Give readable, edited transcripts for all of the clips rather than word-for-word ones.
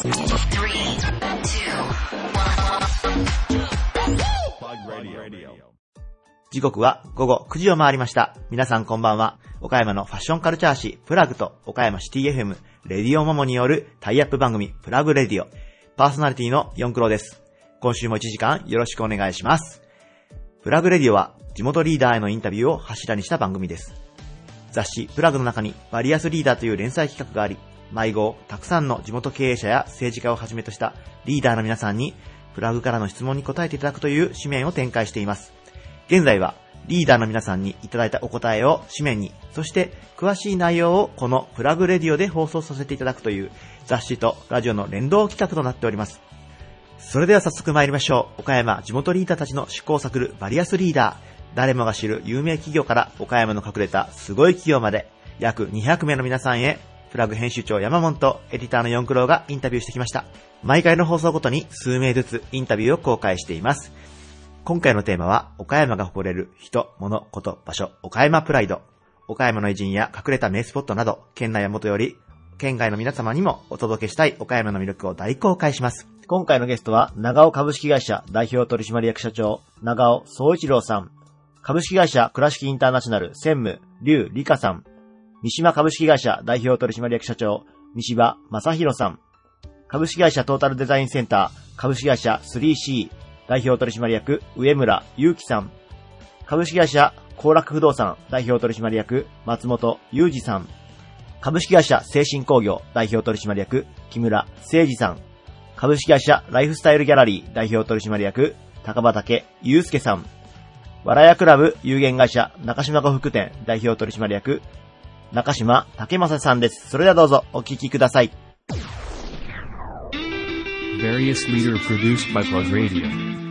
時刻は午後9時を回りました。皆さんこんばんは。岡山のファッションカルチャー誌プラグと岡山シティ FM レディオモモによるタイアップ番組プラグレディオ。パーソナリティの四九郎です。今週も1時間よろしくお願いします。プラグレディオは地元リーダーへのインタビューを柱にした番組です。雑誌プラグの中にバリアスリーダーという連載企画があり、毎号たくさんの地元経営者や政治家をはじめとしたリーダーの皆さんにプラグからの質問に答えていただくという紙面を展開しています。現在はリーダーの皆さんにいただいたお答えを紙面に、そして詳しい内容をこのプラグレディオで放送させていただくという雑誌とラジオの連動企画となっております。それでは早速参りましょう。岡山地元リーダーたちの出向を探るバリアスリーダー。誰もが知る有名企業から岡山の隠れたすごい企業まで約200名の皆さんへ、プラグ編集長山本とエディターの四九郎がインタビューしてきました。毎回の放送ごとに数名ずつインタビューを公開しています。今回のテーマは岡山が誇れる人、物、こと、場所、岡山プライド。岡山の偉人や隠れた名スポットなど、県内や元より県外の皆様にもお届けしたい岡山の魅力を大公開します。今回のゲストは長尾株式会社代表取締役社長長尾総一郎さん、株式会社倉敷インターナショナル専務劉理香さん、三島株式会社代表取締役社長西場正弘さん、株式会社トータルデザインセンター株式会社 3C代表取締役上村祐樹さん、株式会社幸楽不動産代表取締役松本裕二さん、株式会社精神工業代表取締役木村誠二さん、株式会社ライフスタイルギャラリー代表取締役高畑祐介さん、わらやクラブ有限会社中島呉服店代表取締役中島武正さんです。それではどうぞお聞きください。 Various leader produced by Plug Radio。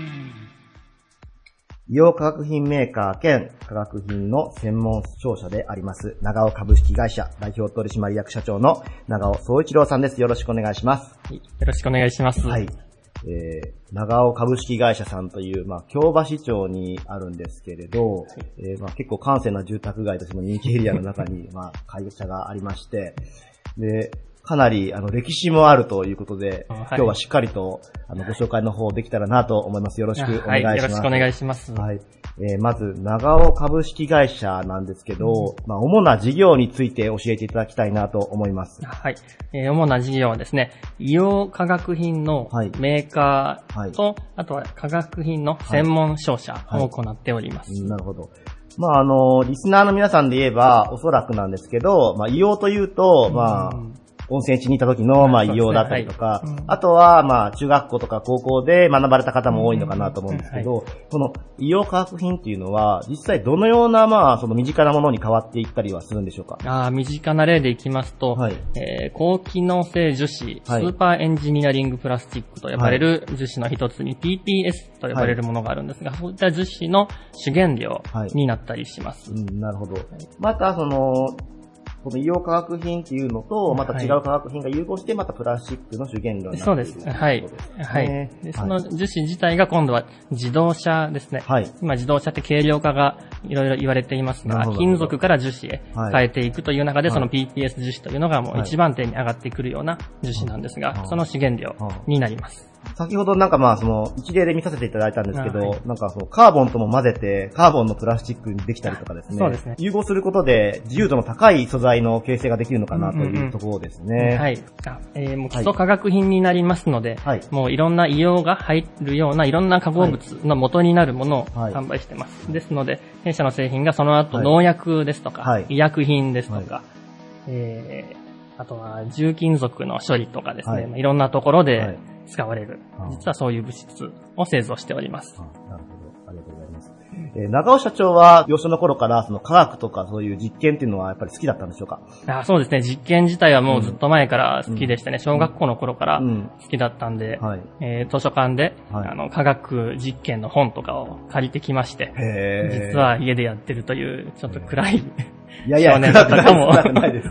医療化学品メーカー兼化学品の専門商社であります長尾株式会社代表取締役社長の長尾総一郎さんです。よろしくお願いします。 よろしくお願いします。 はい。長尾株式会社さんという、京橋町にあるんですけれど、結構閑静な住宅街としても人気エリアの中に、会社がありまして、で、かなり歴史もあるということで、今日はしっかりとご紹介の方できたらなと思います。よろしくお願いします。 はい、よろしくお願いします。 はい。まず長尾株式会社なんですけど、主な事業について教えていただきたいなと思います。 はい。主な事業はですね、医療化学品のメーカーと、あとは化学品の専門商社を行っております。 なるほど。リスナーの皆さんで言えばおそらくなんですけど、医療というと、温泉地に行った時の、医療だったりとか、あとは、中学校とか高校で学ばれた方も多いのかなと思うんですけど、この医療化学品っていうのは、実際どのような、その身近なものに変わっていったりはするんでしょうか？ 身近な例でいきますと、高機能性樹脂、スーパーエンジニアリングプラスチックと呼ばれる樹脂の一つに PPS と呼ばれるものがあるんですが、そういった樹脂の主原料になったりします。 なるほど。また、この医療化学品っていうのと、また違う化学品が融合して、またプラスチックの主原料になっている。 そうです。はい。はい。で、その樹脂自体が今度は自動車ですね。はい。今自動車って軽量化がいろいろ言われていますが、金属から樹脂へ変えていくという中で、その PPS 樹脂というのがもう一番手に上がってくるような樹脂なんですが、その主原料になります。 先ほど一例で見させていただいたんですけど、カーボンとも混ぜて、カーボンのプラスチックにできたりとかですね。 そうですね。 融合することで、自由度の高い素材の形成ができるのかなというところですね。 はい。もう基礎化学品になりますので、もういろんな硫黄が入るようないろんな化合物の元になるものを販売しています。ですので、弊社の製品がその後農薬ですとか、医薬品ですとか、あとは重金属の処理とかですね、いろんなところで使われる、実はそういう物質を製造しております。 なるほど。ありがとうございます。長尾社長は幼少の頃からその科学とかそういう実験っていうのはやっぱり好きだったんでしょうか？ そうですね。実験自体はもうずっと前から好きでしたね。小学校の頃から好きだったんで、図書館で、科学実験の本とかを借りてきまして、実は家でやってるというちょっと暗い少年だったかも。 ないです。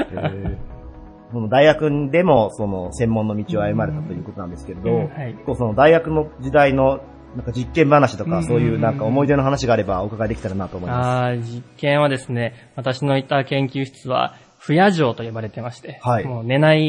大学でもその専門の道を歩まれたということなんですけれど、その大学の時代の実験話とかそういう思い出の話があればお伺いできたらなと思います。 実験はですね、私のいた研究室は不夜城と呼ばれてまして、もう寝ない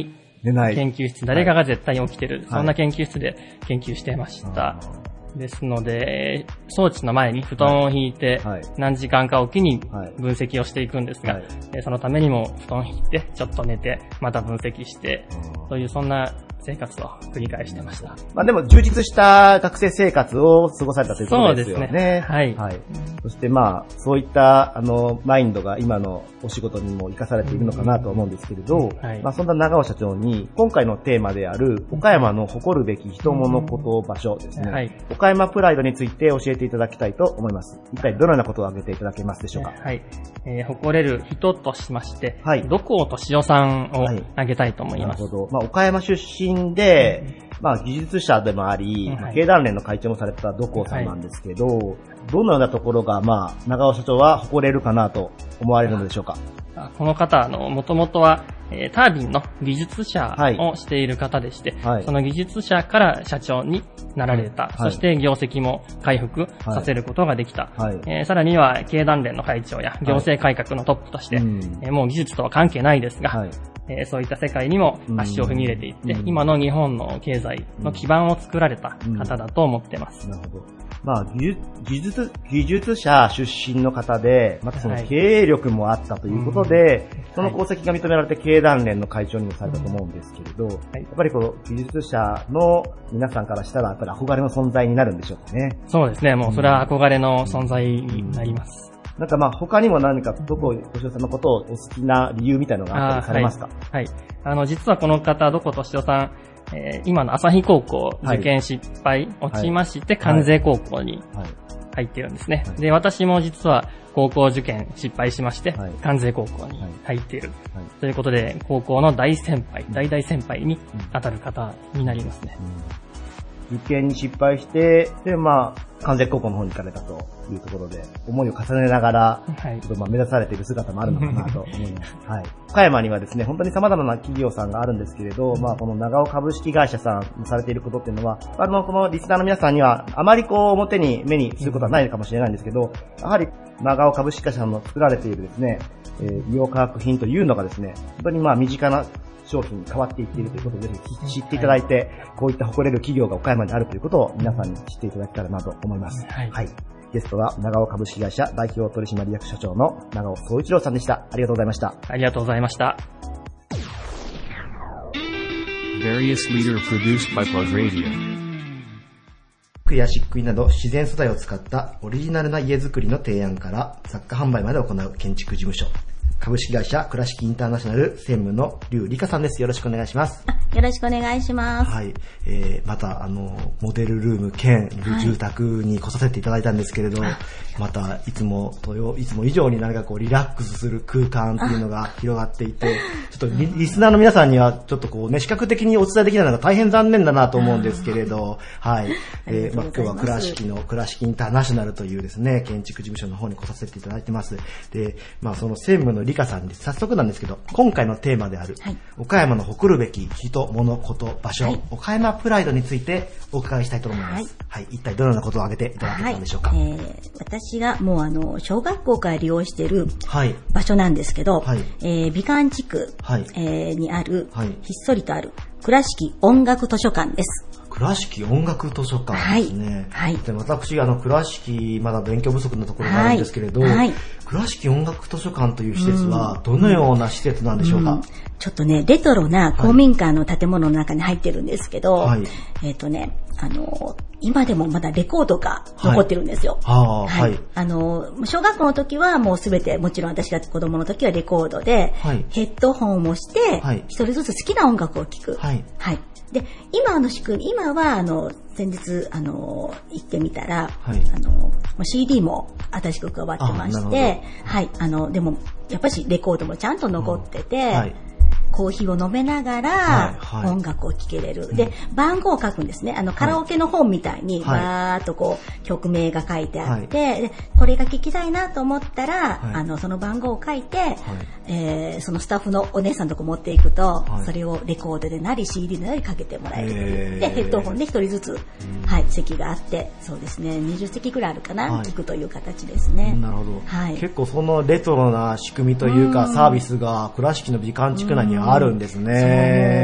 研究室、誰かが絶対に起きてる、そんな研究室で研究してました。ですので、装置の前に布団を引いて、何時間かおきに分析をしていくんですが、そのためにも布団を引いて、ちょっと寝て、また分析して、というそんな生活を繰り返してました。 まあでも充実した学生生活を過ごされたということですよね。 そうですね。はい。 そしてまあ、そういったマインドが今のお仕事にも活かされているのかなと思うんですけれど、まあそんな長尾社長に、今回のテーマである、岡山の誇るべき人物こと場所ですね。岡山プライドについて教えていただきたいと思います。一体どのようなことを挙げていただけますでしょうか。 はい。誇れる人としまして、土光敏夫さんを挙げたいと思います。 なるほど。まあ岡山出身で、まあ技術者でもあり、経団連の会長もされた土光さんなんですけど、どのようなところが、まあ、長尾社長は誇れるかなと思われるのでしょうか。 この方、もともとは、タービンの技術者をしている方でして、その技術者から社長になられた。そして業績も回復させることができた。さらには経団連の会長や行政改革のトップとして、もう技術とは関係ないですが、そういった世界にも足を踏み入れていって、今の日本の経済の基盤を作られた方だと思っています。 なるほど。まあ、技術者出身の方で、またその経営力もあったということで、その功績が認められて経団連の会長にもされたと思うんですけれど、やっぱりこの技術者の皆さんからしたら、やっぱり憧れの存在になるんでしょうかね。 そうですね。もうそれは憧れの存在になります。 なんかまあ他にも何か土光敏夫さんのことをお好きな理由みたいなのがあったりされますか？ はい。実はこの方、土光敏夫さん、今の旭高校受験失敗、落ちまして、関西高校に入っているんですね。で、私も実は高校受験失敗しまして、関西高校に入っている。ということで、高校の大先輩、大先輩に当たる方になりますね。 受験に失敗して、で、まあ、関西高校の方に行かれたというところで、思いを重ねながら、ちょっとまあ目指されている姿もあるのかなと思います。岡山にはですね、本当に様々な企業さんがあるんですけれど、まあ、この長尾株式会社さんのされていることっていうのは、このリスナーの皆さんには、あまりこう、表に目にすることはないかもしれないんですけど、やはり、長尾株式会社さんの作られているですね、医療科学品というのがですね、本当にまあ、身近な商品に変わっていっているということで、ぜひ知っていただいて、こういった誇れる企業が岡山にあるということを皆さんに知っていただけたらなと思います。ゲストは長尾株式会社代表取締役社長の長尾総一郎さんでした。ありがとうございました。 ありがとうございました。 服や漆喰など自然素材を使ったオリジナルな家づくりの提案から雑貨販売まで行う建築事務所。株式会社倉敷インターナショナル専務の劉理香さんです。よろしくお願いします。 よろしくお願いします。 はい。またモデルルーム兼住宅に来させていただいたんですけれど、またいつも以上に何かこうリラックスする空間っていうのが広がっていて、ちょっとリスナーの皆さんにはちょっとこうね視覚的にお伝えできないのが大変残念だなと思うんですけれど、はい。まあ今日は倉敷インターナショナルというですね建築事務所の方に来させていただいてます。で、まあその専務の理香さんに早速なんですけど、今回のテーマである、岡山の誇るべき人、物、こと、場所、岡山プライドについてお伺いしたいと思います。はい。一体どのようなことを挙げていただけたんでしょうか？ 私がもう小学校から利用している場所なんですけど、美観地区、にある、ひっそりとある倉敷音楽図書館です。 倉敷音楽図書館ですね。で私、倉敷まだ勉強不足のところがあるんですけれど、倉敷音楽図書館という施設はどのような施設なんでしょうか？ ちょっとね、レトロな公民館の建物の中に入ってるんですけど、今でもまだレコードが残ってるんですよ。小学校の時はもうすべて、もちろん私が子供の時はレコードで、ヘッドホンをして、一人ずつ好きな音楽を聴く。で、今は先日、行ってみたら、CD も新しく加わってまして、でも、やっぱりレコードもちゃんと残ってて、コーヒーを飲めながら音楽を聴けれる。で、番号を書くんですね。カラオケの本みたいに、バーっとこう、曲名が書いてあって、でこれが聴きたいなと思ったら、その番号を書いて、そのスタッフのお姉さんのとこ持っていくと、それをレコードでなり CD でなりかけてもらえるという。で、ヘッドホンで一人ずつ、席があって、そうですね、20席くらいあるかな、聞くという形ですね。 なるほど。結構そのレトロな仕組みというか、サービスが倉敷の美観地区内にあるんですね。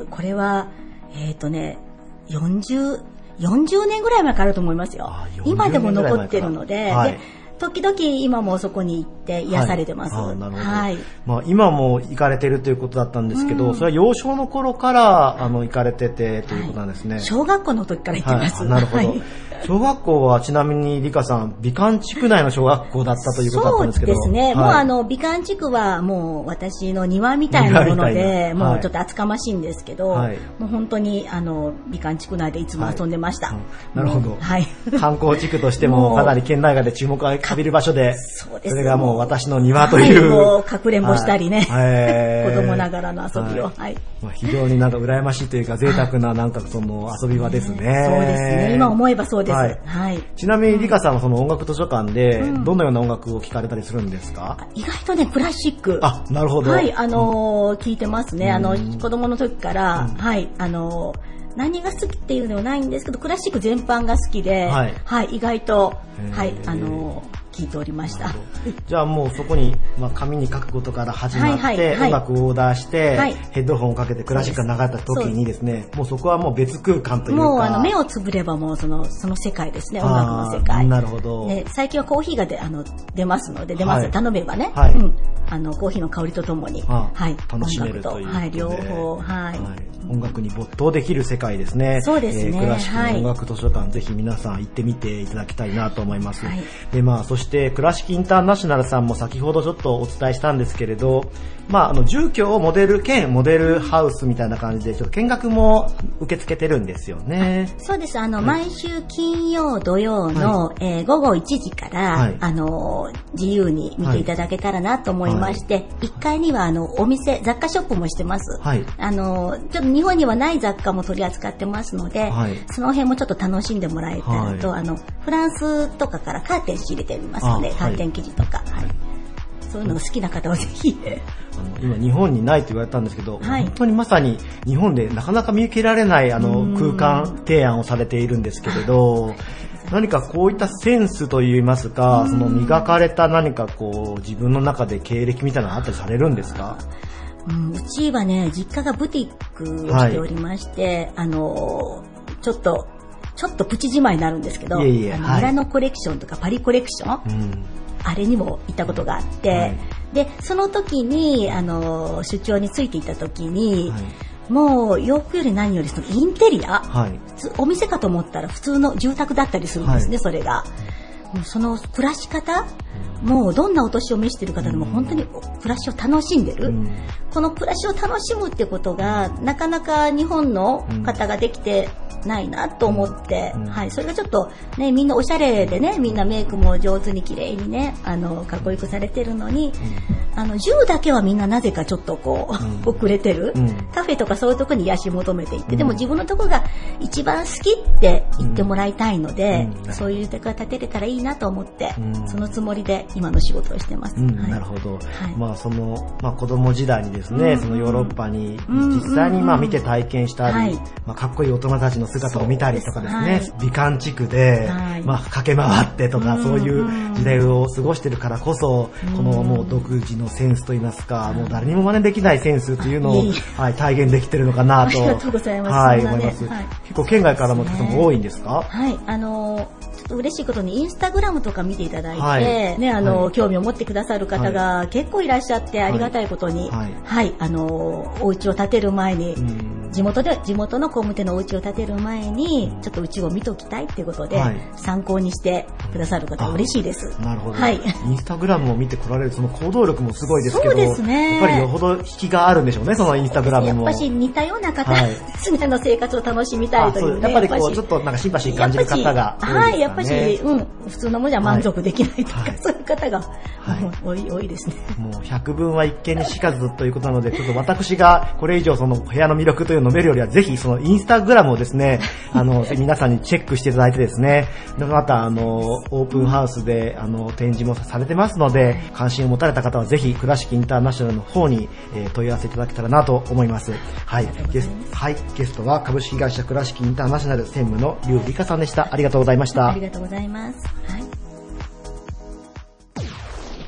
これは、40年ぐらい前からあると思いますよ。今でも残ってるので、で時々今もそこに行って癒されてます。 なるほど。今も行かれてるということだったんですけど、それは幼少の頃から行かれててということなんですね。 小学校の時から行ってます。 なるほど。小学校はちなみに理香さん、美観地区内の小学校だったということだったんですけど。 そうですね。もう美観地区はもう私の庭みたいなもので、もうちょっと厚かましいんですけど、もう本当に美観地区内でいつも遊んでました。 なるほど。観光地区としてもかなり県内外で注目を浴びる場所で、それがもう私の庭という。 もうかくれんぼしたりね、子供ながらの遊びを。 非常になんか羨ましいというか贅沢ななんかその遊び場ですね。そうですね。今思えばそうです。 ちなみに理香さんはその音楽図書館でどのような音楽を聴かれたりするんですか？ 意外とね、クラシック。 なるほど。 聴いてますね。子供の時から、何が好きっていうのはないんですけど、クラシック全般が好きで、意外と、聞いておりました。 じゃあもうそこに、紙に書くことから始まって、音楽をオーダーして、ヘッドホンをかけてクラシックが流れた時にですね、もうそこはもう別空間というか。 もう目をつぶればもうその世界ですね、音楽の世界。 なるほど。 最近はコーヒーが出ますので、頼めばね、コーヒーの香りとともに、 楽しめるということで。 両方、 音楽に没頭できる世界ですね。 そうですね。 クラシックの音楽図書館、ぜひ皆さん行ってみていただきたいなと思います。で、そしてクラシックインターナショナルさんも先ほどちょっとお伝えしたんですけれど、住居をモデルハウスみたいな感じでちょっと見学も受け付けてるんですよね。 そうです。毎週金曜土曜の、午後1時から、自由に見ていただけたらなと思いまして、1階にはお店、雑貨ショップもしてます。ちょっと日本にはない雑貨も取り扱ってますので、その辺もちょっと楽しんでもらえたらと、フランスとかからカーテン仕入れてみますので、カーテン生地とか、そういうのが好きな方はぜひ。 今日本にないと言われたんですけど、本当にまさに日本でなかなか見受けられない空間提案をされているんですけれど、何かこういったセンスといいますか、その磨かれた何かこう自分の中で経歴みたいなのあったりされるんですか？ うちはね、実家がブティックをしておりまして、ちょっとプチ自慢になるんですけど、ミラノコレクションとかパリコレクション、あれにも行ったことがあって、でその時に出張についていた時に、もう洋服より何よりそのインテリア、お店かと思ったら普通の住宅だったりするんですね、それが。もうその暮らし方、もうどんなお年を召している方でも本当に暮らしを楽しんでる、この暮らしを楽しむってことがなかなか日本の方ができてないなと思って、それがちょっとね、みんなおしゃれでね、みんなメイクも上手に綺麗にね、かっこよくされてるのに、銃だけはみんななぜかちょっと遅れてる、カフェとかそういうとこに癒し求めていって、でも自分のとこが一番好きって言ってもらいたいので、そういう手が立てれたらいいなと思って、そのつもりで今の仕事をしてます。 なるほど。子供時代にですね、そのヨーロッパに実際に見て体験したり、かっこいい大人たちの姿を見たりとかですね、美観地区で、駆け回ってとか、そういう時代を過ごしてるからこそ、このもう独自のセンスといいますか、もう誰にも真似できないセンスというのを、体現できてるのかなと、 ありがとうございます。 思います。結構県外からの方も多いんですか？ ちょっと嬉しいことにインスタグラムとか見ていただいて、興味を持ってくださる方が結構いらっしゃって、ありがたいことに、お家を建てる前に、地元の工務店のお家を建てる前に、ちょっとうちを見ときたいっていうことで、参考にしてくださる方嬉しいです。 なるほど。インスタグラムを見て来られるその行動力もすごいですけど、 そうですね。 やっぱりよほど引きがあるんでしょうね、そのインスタグラムも。 やっぱし似たような方、常の生活を楽しみたいというね。 やっぱりちょっとなんかシンパシー感じる方が多いですかね。 やっぱし、普通のものじゃ満足できないとか、そういう方が多いですね。 もう百聞は一見にしかずということなので、ちょっと私がこれ以上その部屋の魅力というのを述べるよりは、ぜひそのインスタグラムをですね、皆さんにチェックしていただいてですね、またオープンハウスで展示もされてますので、関心を持たれた方はぜひ倉敷インターナショナルの方に問い合わせいただけたらなと思います。ゲストは株式会社倉敷インターナショナル専務の劉理香さんでした。ありがとうございました。 ありがとうございます。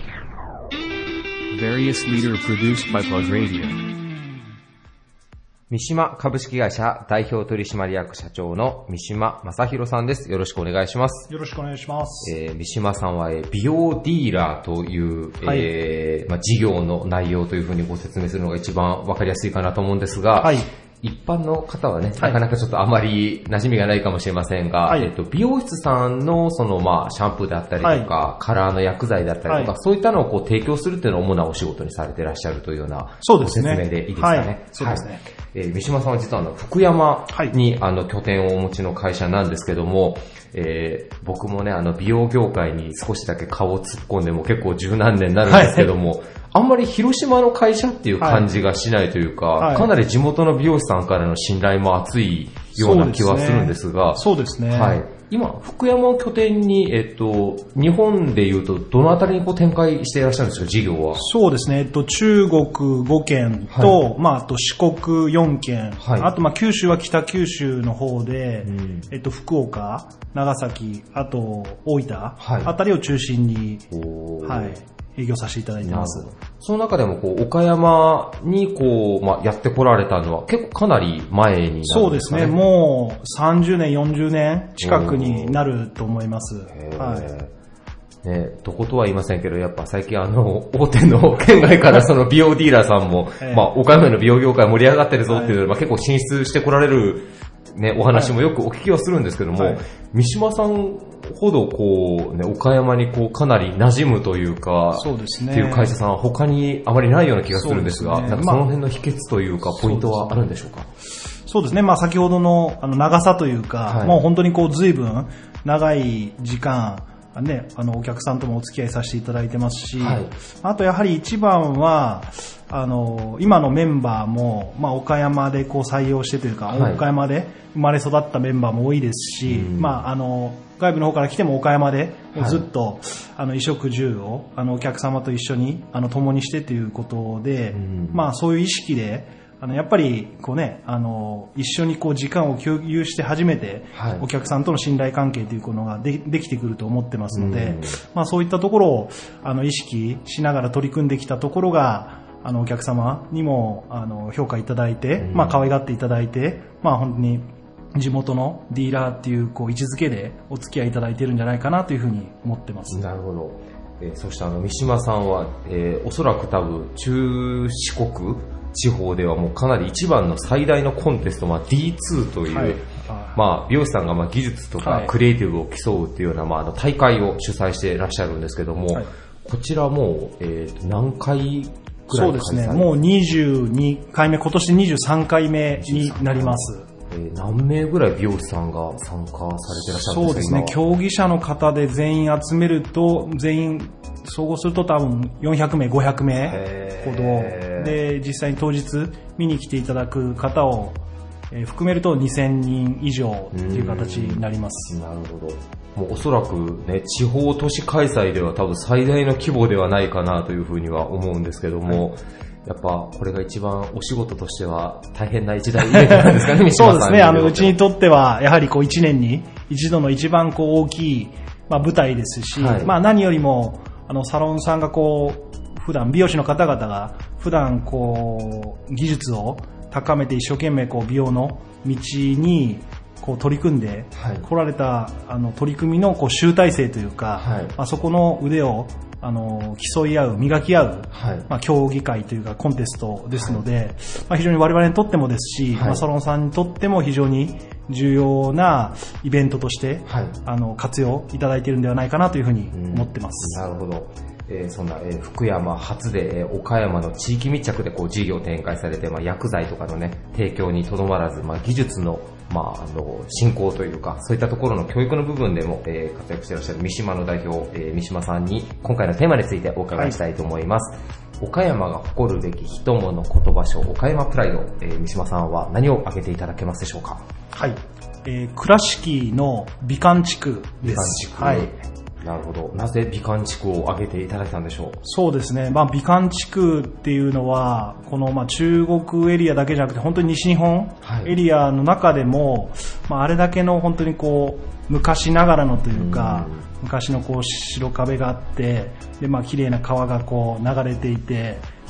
Various Leader produced by Plug Radio。 三島株式会社代表取締役社長の三島正弘さんです。よろしくお願いします。 よろしくお願いします。 三島さんは美容ディーラーという、事業の内容というふうにご説明するのが一番わかりやすいかなと思うんですが、はい、一般の方はね、なかなかちょっとあまり馴染みがないかもしれませんが、はい、美容室さんのシャンプーであったりとか、はい、カラーの薬剤だったりとか、はい、そういったのをこう提供するっていうのを主なお仕事にされていらっしゃるというようなご説明でいいですかね。はい、そうですね。三島さんは実は福山に、拠点をお持ちの会社なんですけども、僕もね、美容業界に少しだけ顔を突っ込んでも結構十何年になるんですけども、はい、あんまり広島の会社っていう感じがしないというか、はい、かなり地元の美容師さんからの信頼も厚いような気はするんですが、 そうですね。 はい。今、福山を拠点に、日本でいうと、どのあたりにこう展開していらっしゃるんですか、事業は。 そうですね。中国5県と、はい、あと四国4県、はい、あと九州は北九州の方で、福岡、長崎、あと大分、はい、あたりを中心に、はい。営業させていただいてます。 その中でも岡山にやってこられたのは結構かなり前になるんですかね。 そうですね。もう30年、40年近くになると思います。はい。 ね、どことは言いませんけど、やっぱ最近大手の県外からその美容ディーラーさんも、岡山の美容業界盛り上がってるぞっていう、結構進出してこられるね、お話もよくお聞きはするんですけども、はい、三島さんほど岡山にかなり馴染むというか、そうですね。っていう会社さんは他にあまりないような気がするんですが、その辺の秘訣というか、ポイントはあるんでしょうか？ そうですね。先ほどの長さというか、はい、もう本当に随分長い時間、ね、お客さんともお付き合いさせていただいてますし、はい、あとやはり一番は、今のメンバーも、岡山で採用してというか、はい、岡山で生まれ育ったメンバーも多いですし、外部の方から来ても岡山でずっと、衣食住をお客様と一緒に共にしてということで、そういう意識でやっぱり一緒に時間を共有して初めて、お客さんとの信頼関係というのができてくると思ってますので、そういったところを意識しながら取り組んできたところがお客様にも評価いただいて、可愛がっていただいて、本当に地元のディーラーっていう位置づけでお付き合いいただいているんじゃないかなというふうに思ってます。 なるほど。そして三島さんは、おそらく多分中四国地方ではもうかなり一番の最大のコンテスト、D2 という、はい、美容師さんが技術とかクリエイティブを競うっていうような、大会を主催していらっしゃるんですけども、はい、こちらも何回くらい開催？ そうですね。もう22回目、今年23回目になります。 何名ぐらい美容師さんが参加されていらっしゃるんですか？ そうですね。競技者の方で全員集めると、全員総合すると多分400名、500名ほどで、実際に当日見に来ていただく方を、含めると2000人以上という形になります。 なるほど。もうおそらくね、地方都市開催では多分最大の規模ではないかなというふうには思うんですけども、はい、やっぱこれが一番お仕事としては大変な一大イベントなんですかね、三島さん。 そうですね。うちにとってはやはり1年に一度の一番大きい、舞台ですし、はい、何よりもサロンさんが普段美容師の方々が普段技術を高めて一生懸命こう美容の道にこう取り組んで来られた、取り組みのこう集大成というか、はい、そこの腕を競い合う、磨き合う、はい、競技会というかコンテストですので、はい、非常に我々にとってもですし、はい、サロンさんにとっても非常に重要なイベントとして、はい、活用いただいているんではないかなというふうに思ってます。 なるほど。そんな、福山初で、岡山の地域密着でこう事業を展開されて、薬剤とかのね、提供にとどまらず、技術の、振興というか、そういったところの教育の部分でも、活躍していらっしゃる三島の代表、三島さんに今回のテーマについてお伺いしたいと思います。はい、岡山が誇るべき人物言葉賞、岡山プライド、三島さんは何を挙げていただけますでしょうか？ はい。倉敷の美観地区です。 美観地区。はい。なるほど。なぜ美観地区を挙げていただいたんでしょう？ そうですね。美観地区っていうのは、この中国エリアだけじゃなくて、本当に西日本エリアの中でも、あれだけの本当に昔ながらのというか、昔の白壁があって、で、綺麗な川が流れていて、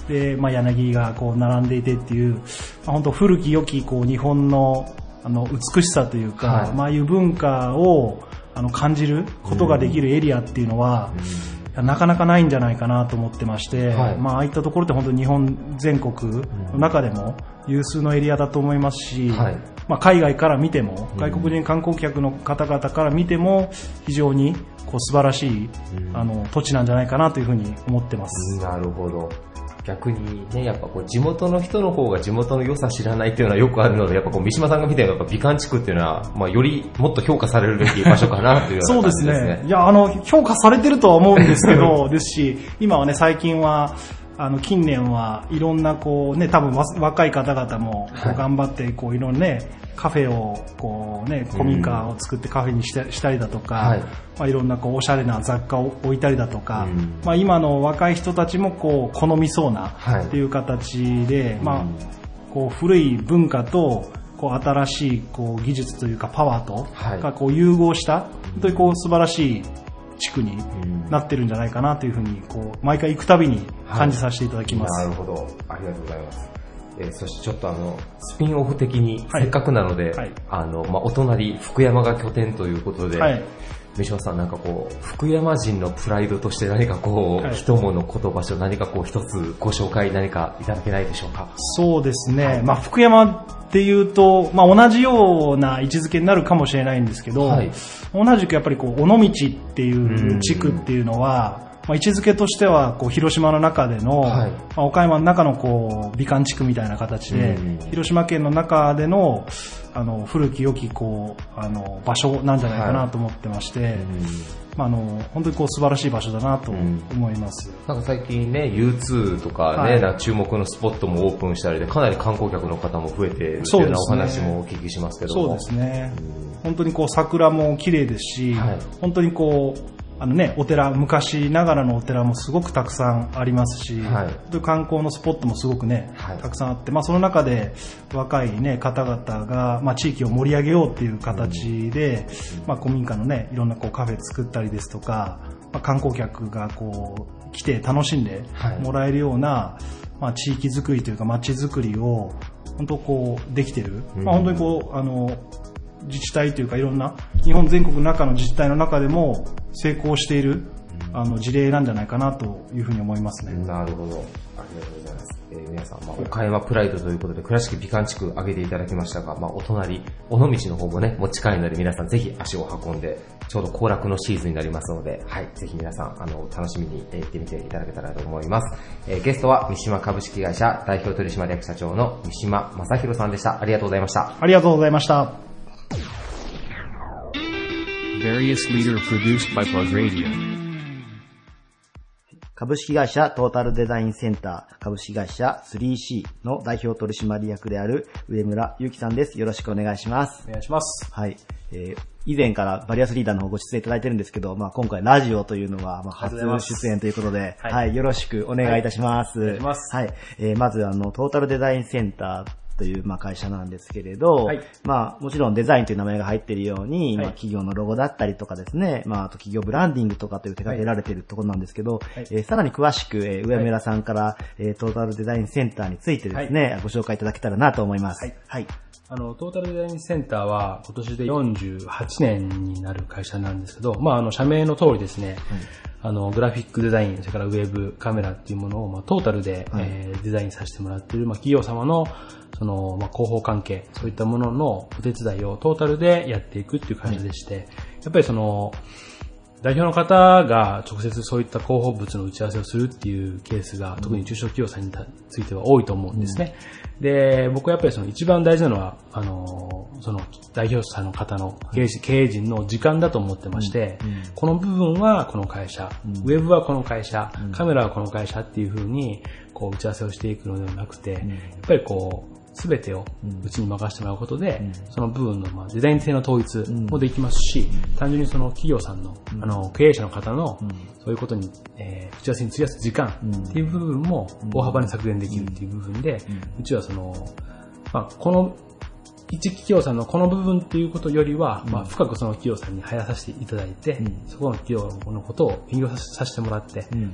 で、柳がこう並んでいてっていう、本当古き良きこう日本の美しさというか、ああいう文化を感じることができるエリアっていうのは、なかなかないんじゃないかなと思ってまして、ああいったところって本当に日本全国の中でも有数のエリアだと思いますし、海外から見ても、外国人観光客の方々から見ても非常にこう素晴らしい土地なんじゃないかなというふうに思ってます。 なるほど。逆にね、やっぱこう地元の人の方が地元の良さ知らないっていうのはよくあるので、やっぱこう三島さんが見てる美観地区っていうのは、よりもっと評価されるべき場所かなというような感じですね。そうですね。 いや、評価されてるとは思うんですけど、ですし、今はね、最近は、近年はいろんなこうね、多分若い方々もこう頑張ってこういろんなね、カフェをこうね、古民家を作ってカフェにしたりだとか、いろんなこうおしゃれな雑貨を置いたりだとか、今の若い人たちもこう好みそうなっていう形で、こう古い文化とこう新しいこう技術というかパワーとがこう融合した本当にこう素晴らしい地区になってるんじゃないかなというふうにこう毎回行くたびに感じさせていただきます。 なるほど、ありがとうございます。そしてちょっとスピンオフ的にせっかくなので、お隣福山が拠点ということで、三島さんなんかこう福山人のプライドとして何かこう、一物言葉書何かこう一つご紹介何かいただけないでしょうか。 そうですね、福山っていうと、同じような位置づけになるかもしれないんですけど、同じくやっぱりこう尾道っていう地区っていうのは位置づけとしてはこう広島の中での、岡山の中のこう美観地区みたいな形で、広島県の中での古き良きこう場所なんじゃないかなと思ってまして、本当にこう素晴らしい場所だなと思います。 なんか最近ね U2 とかね、注目のスポットもオープンしたりでかなり観光客の方も増えているというようなお話もお聞きしますけども、 そうですね。本当にこう桜も綺麗ですし、本当にこうお寺、昔ながらのお寺もすごくたくさんありますし、観光のスポットもすごくね、たくさんあって、その中で若いね、方々が、地域を盛り上げようっていう形で、古民家のね、いろんなこうカフェ作ったりですとか、観光客がこう、来て楽しんでもらえるような、地域づくりというか街づくりを、本当こう、できてる。本当にこう、自治体というかいろんな日本全国の中の自治体の中でも成功している事例なんじゃないかなというふうに思いますね。 なるほど、ありがとうございます。皆さん、岡山プライドということで倉敷美観地区挙げていただきましたが、お隣尾道の方もねもう近いので皆さんぜひ足を運んで、ちょうど行楽のシーズンになりますので、ぜひ皆さん楽しみに行ってみていただけたらと思います。ゲストは三島株式会社代表取締役社長の三島正弘さんでした。ありがとうございました。 ありがとうございました。 Various Leader produced by Plug Radio。 株式会社トータルデザインセンター株式会社 3C の代表取締役である上村祐樹さんです。よろしくお願いします。 お願いします。 はい。以前からバリアスリーダーの方ご出演いただいてるんですけど、今回ラジオというのは初出演ということで、よろしくお願いいたします。 お願いします。 はい。まずトータルデザインセンターという会社なんですけれど、もちろんデザインという名前が入っているように、企業のロゴだったりとかですね、あと企業ブランディングとかという手掛けられているところなんですけど、さらに詳しく、上村さんから、トータルデザインセンターについてですね、ご紹介いただけたらなと思います。はい。 トータルデザインセンターは今年で48年になる会社なんですけど、社名の通りですね、グラフィックデザイン、それからウェブ、カメラっていうものを、トータルで、デザインさせてもらっている、企業様の、広報関係、そういったもののお手伝いをトータルでやっていくっていう会社でして、やっぱり代表の方が直接そういった広報物の打ち合わせをするっていうケースが、特に中小企業さんについては多いと思うんですね。で、僕はやっぱり一番大事なのは、代表者の方の経営陣の時間だと思ってまして、この部分はこの会社、ウェブはこの会社、カメラはこの会社っていう風に、打ち合わせをしていくのではなくて、やっぱりすべてをうちに任せてもらうことで、その部分のデザイン性の統一もできますし、単純に企業さんの、経営者の方の、そういうことに、打ち合わせに費やす時間っていう部分も大幅に削減できるっていう部分で、うちはこの一企業さんのこの部分っていうことよりは、深くその企業さんに入らさせていただいて、そこの企業のことを勉強させてもらって、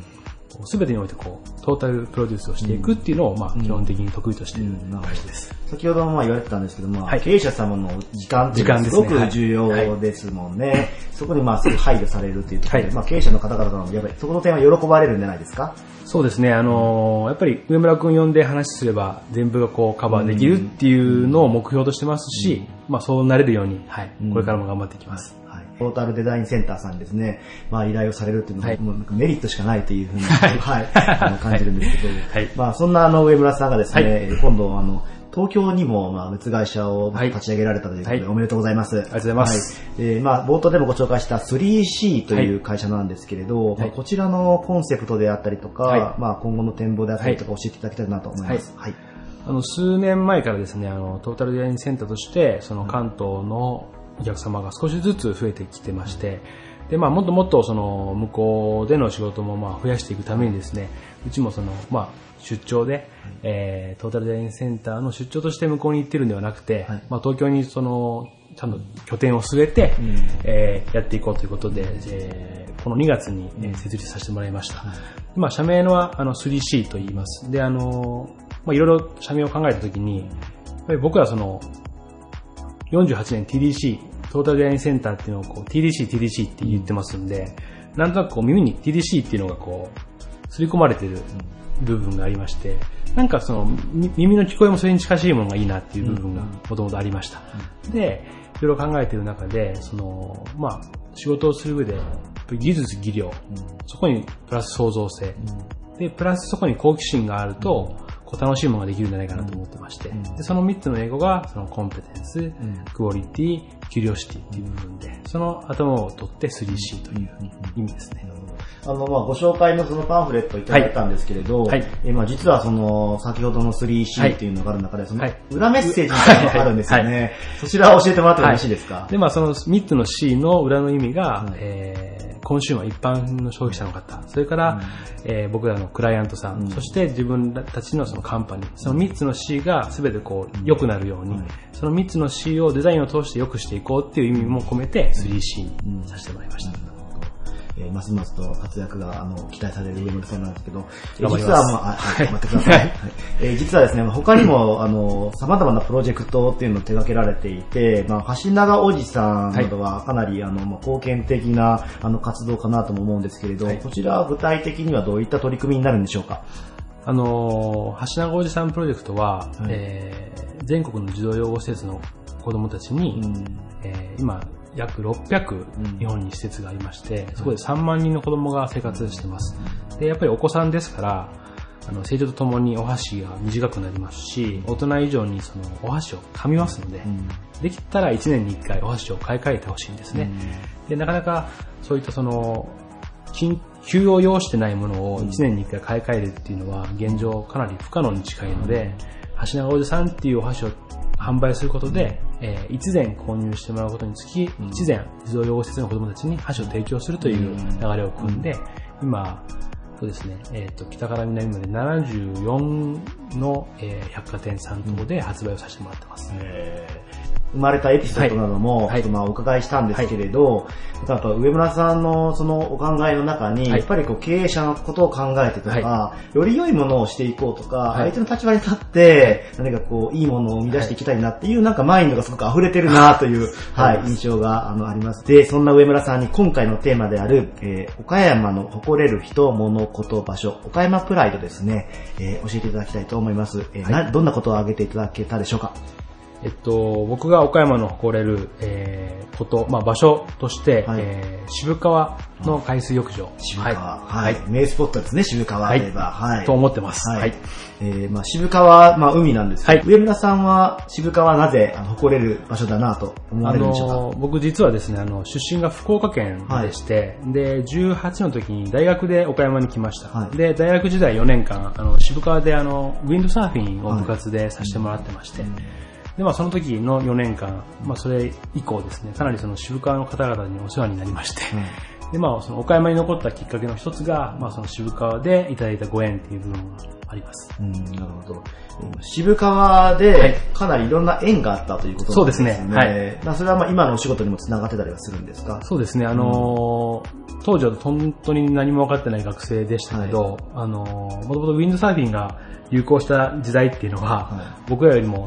すべてにおいてトータルプロデュースをしていくっていうのを、基本的に得意としている会社です。 先ほども言われてたんですけども、経営者様の時間っていうのはすごく重要ですもんね。そこにすぐ配慮されるっていうところで、経営者の方々もやっぱりそこの点は喜ばれるんじゃないですか？ そうですね。やっぱり上村くん呼んで話すれば全部がカバーできるっていうのを目標としてますし、そうなれるように、これからも頑張っていきます。 トータルデザインセンターさんにですね、依頼をされるっていうのは、もうなんかメリットしかないというふうに、感じるんですけど、そんな上村さんがですね、今度東京にも別会社を立ち上げられたということで、おめでとうございます。 ありがとうございます。 冒頭でもご紹介した 3C という会社なんですけれど、こちらのコンセプトであったりとか、今後の展望であったりとか教えていただきたいなと思います。 数年前からですね、トータルデザインセンターとして、その関東のお客様が少しずつ増えてきてまして、で、もっともっと向こうでの仕事も増やしていくためにですね、うちも出張で、トータルデザインセンターの出張として向こうに行ってるんではなくて、東京にちゃんと拠点を据えて、やっていこうということで、この2月に設立させてもらいました。社名は3C と言います。で、いろいろ社名を考えたときに、やっぱり僕ら48年 TDC、トータルデザインセンターっていうのをTDC って言ってますんで、なんとなく耳に TDC っていうのが刷り込まれてる部分がありまして、なんか耳の聞こえもそれに近しいものがいいなっていう部分がもともとありました。で、いろいろ考えている中で、仕事をする上で、技術技量、そこにプラス創造性、で、プラスそこに好奇心があると、楽しいものができるんじゃないかなと思ってまして、でその3つの英語が、コンペテンス、クオリティ、キュリオシティっていう部分で、その頭を取って 3C という意味ですね。 ご紹介のそのパンフレットをいただいたんですけれど、実は先ほどの 3C っていうのがある中で、その裏メッセージみたいなのがあるんですよね。そちらを教えてもらってもよろしいですか？ で、その3つの C の裏の意味が、コンシューマー一般の消費者の方、それから、僕らのクライアントさん、そして自分たちのそのカンパニー、その3つの C が全て良くなるように、その3つの C をデザインを通して良くしていこうっていう意味も込めて 3C にさせてもらいました。 ますますと活躍が期待される上村さんなんですけど、実は待ってください。実はですね、他にも様々なプロジェクトっていうのを手掛けられていて、橋長おじさんなどはかなり貢献的な活動かなとも思うんですけれど、こちらは具体的にはどういった取り組みになるんでしょうか？ 橋長おじさんプロジェクトは、全国の児童養護施設の子供たちに、今約600日本に施設がありまして、そこで3万人の子供が生活しています。で、やっぱりお子さんですから、成長とともにお箸が短くなりますし、大人以上にお箸を噛みますので、できたら1年に1回お箸を買い替えてほしいんですね。で、なかなかそういった急を要してないものを1年に1回買い替えるっていうのは現状かなり不可能に近いので、橋長おじさんっていうお箸を販売することで、一膳購入してもらうことにつき、一膳児童養護施設の子供たちに箸を提供するという流れを組んで、今、そうですね、北から南まで74の、百貨店3棟で発売をさせてもらってます。 生まれたエピソードなども、お伺いしたんですけれど、やっぱ上村さんのそのお考えの中に、やっぱり経営者のことを考えてとか、より良いものをしていこうとか、相手の立場に立って、何かいいものを生み出していきたいなっていうなんかマインドがすごく溢れてるなという、印象があります。で、そんな上村さんに今回のテーマである、岡山の誇れる人、物、こと場所、岡山プライドですね、教えていただきたいと思います。どんなことを挙げていただけたでしょうか？ 僕が岡山の誇れる、場所として、渋川の海水浴場。 渋川。名スポットですね、渋川といえば。 と思ってます。 渋川、海なんですけど、上村さんは渋川はなぜ誇れる場所だなと思われるんでしょうか？ 僕実はですね、出身が福岡県でして、で、18の時に大学で岡山に来ました。で、大学時代4年間、渋川でウィンドサーフィンを部活でさせてもらってまして、で、その時の4年間、それ以降ですね、かなり渋川の方々にお世話になりまして、で、その岡山に残ったきっかけの一つが、その渋川でいただいたご縁っていう部分があります。 なるほど。 渋川でかなりいろんな縁があったということなんですね。 そうですね。 はい。それは今のお仕事にもつながってたりはするんですか？ そうですね。当時は本当に何も分かってない学生でしたけど、もともとウィンドサーフィンが流行した時代っていうのは、僕らよりも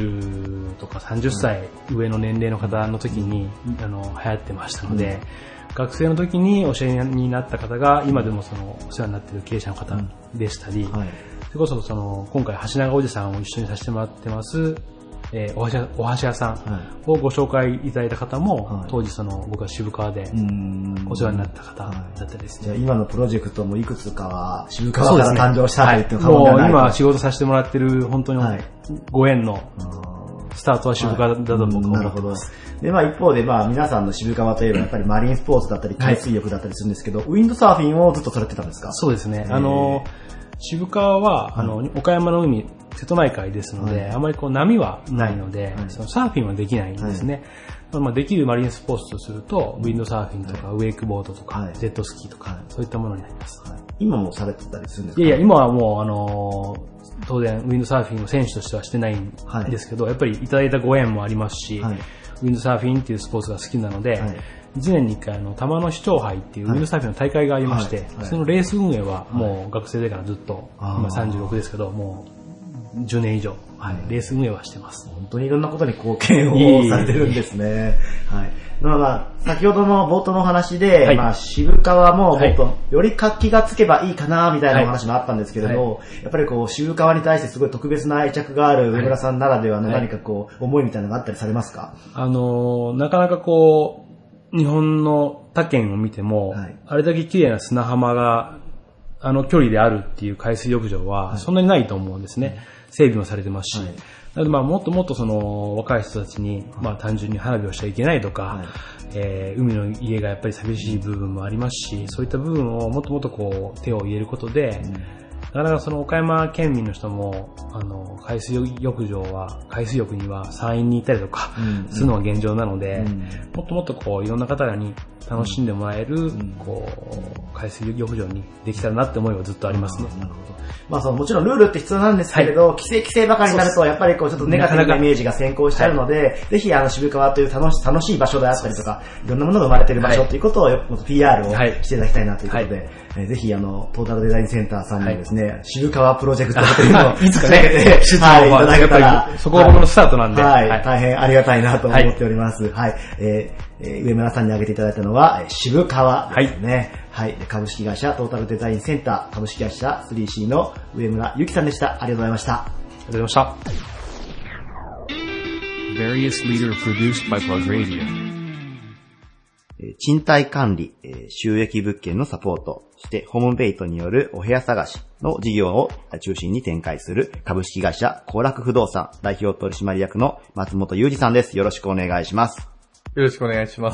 20とか30歳上の年齢の方の時に、流行ってましたので、学生の時に教えになった方が今でもお世話になっている経営者の方でしたり、それこそ今回橋長おじさんを一緒にさせてもらってます、お箸屋さんをご紹介いただいた方も、当時僕は渋川でお世話になった方だったですね。 じゃあ今のプロジェクトもいくつかは渋川から誕生したと言っても過言ではない。 もう今仕事させてもらってる本当にご縁のスタートは渋川だと僕は思ってます。 で、一方で皆さんの渋川といえばやっぱりマリンスポーツだったり海水浴だったりするんですけど、ウィンドサーフィンをずっとされてたんですか？ そうですね。渋川は、岡山の海、瀬戸内海ですので、あまり波はないので、サーフィンはできないんですね。できるマリンスポーツとすると、ウィンドサーフィンとか、ウェイクボードとか、ジェットスキーとか、そういったものになります。 今もされてたりするんですか？ いや、今はもう、当然、ウィンドサーフィンを選手としてはしてないんですけど、やっぱりいただいたご縁もありますし、ウィンドサーフィンっていうスポーツが好きなので、1年に1回玉野市長杯っていうウィンドサーフィンの大会がありまして、そのレース運営はもう学生でからずっと、今36ですけど、もう10年以上、レース運営はしてます。 本当にいろんなことに貢献をされてるんですね。先ほどの冒頭のお話で、渋川ももっとより活気がつけばいいかなみたいなお話もあったんですけれど、やっぱり渋川に対してすごい特別な愛着がある上村さんならではの何か思いみたいなのがあったりされますか？ なかなか日本の他県を見ても、あれだけ綺麗な砂浜が距離であるっていう海水浴場はそんなにないと思うんですね。整備もされてますし。なのでもっともっと若い人たちに、単純に花火をしちゃいけないとか、海の家がやっぱり寂しい部分もありますし、そういった部分をもっともっと手を入れることで、なかなか岡山県民の人も、海水浴には山陰に行ったりとか、するのが現状なので、もっともっといろんな方に楽しんでもらえる、海水浴場にできたらなって思いはずっとありますね。 なるほど。もちろんルールって必要なんですけれど、規制ばかりになると、やっぱりちょっとネガティブなイメージが先行しちゃうので、ぜひ渋川という楽しい場所であったりとか、いろんなものが生まれている場所ということをもっと PR をしていただきたいなということで、ぜひトータルデザインセンターさんにですね、渋川プロジェクトというのをいつかね、 いただけたら、 そこが僕のスタートなんで、 大変ありがたいなと思っております。上村さんに挙げていただいたのは、渋川ですね。株式会社トータルデザインセンター株式会社 3C の上村ゆきさんでした。ありがとうございました。 ありがとうございました。 Various Leader Produced by Plug Radio。 賃貸管理、収益物件のサポート、そしてホームペイトによるお部屋探しの事業を中心に展開する株式会社幸楽不動産代表取締役の松本裕二さんです。よろしくお願いします。 よろしくお願いします。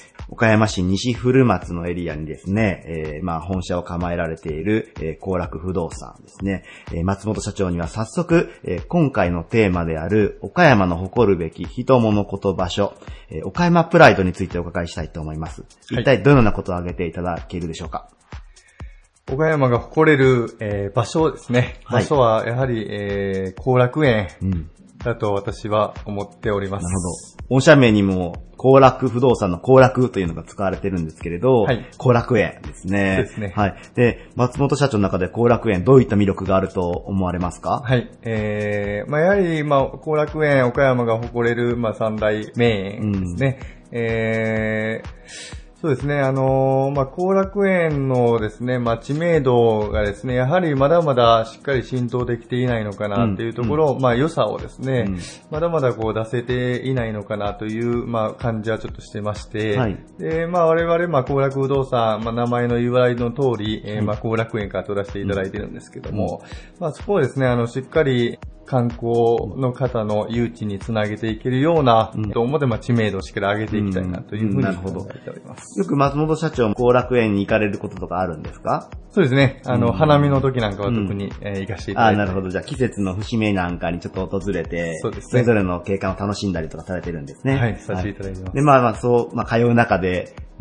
岡山市西古松のエリアにですね、本社を構えられている、幸楽不動産ですね。松本社長には早速、今回のテーマである岡山の誇るべき人物こと場所、岡山プライドについてお伺いしたいと思います。一体どのようなことを挙げていただけるでしょうか？ 岡山が誇れる、場所ですね。場所はやはり、後楽園だと私は思っております。 なるほど。御社名にも幸楽不動産の幸楽というのが使われてるんですけれど、後楽園ですね。 ですね。 で、松本社長の中で後楽園どういった魅力があると思われますか？ やはり後楽園岡山が誇れる三大名園ですね。そうですね。後楽園のですね、知名度がですね、やはりまだまだしっかり浸透できていないのかなっていうところ、良さをですね、まだまだ出せていないのかなという、感じはちょっとしてまして、で、我々、後楽不動産、名前の由来の通り、後楽園から取らせていただいてるんですけども、そこをですね、しっかり、観光の方の誘致につなげていけるような、と思って知名度をしっかり上げていきたいなというふうに考えております。 よく松本社長も後楽園に行かれることとかあるんですか？ そうですね。花見の時なんかは特に、行かせていただいて。 なるほど。じゃあ季節の節目なんかにちょっと訪れて、そうですね。それぞれの景観を楽しんだりとかされてるんですね。 させていただいてます。 で、通う中で、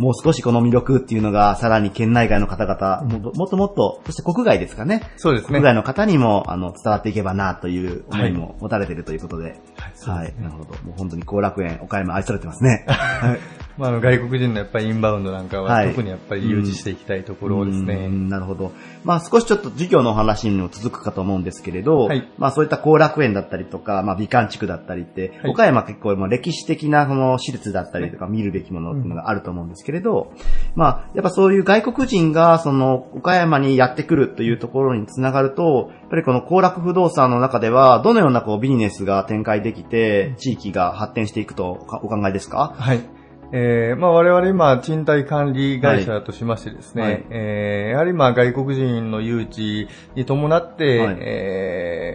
もう少しこの魅力っていうのがさらに県内外の方々、もっともっと、そして国外ですかね。 そうですね。 国外の方にも伝わっていけばなという思いも持たれているということで。はい。なるほど。もう本当に後楽園、岡山愛されてますね。はい。 外国人のやっぱりインバウンドなんかは、特にやっぱり誘致していきたいところですね。 なるほど。少しちょっと授業の話にも続くかと思うんですけれど、そういった後楽園だったりとか、美観地区だったりって、岡山結構歴史的なその施設だったりとか見るべきものっていうのがあると思うんですけれど、やっぱそういう外国人がその岡山にやってくるというところにつながると、やっぱりこの後楽不動産の中ではどのようなビジネスが展開できて、地域が発展していくとお考えですか？ はい。我々今、賃貸管理会社としましてですね、やはり外国人の誘致に伴って、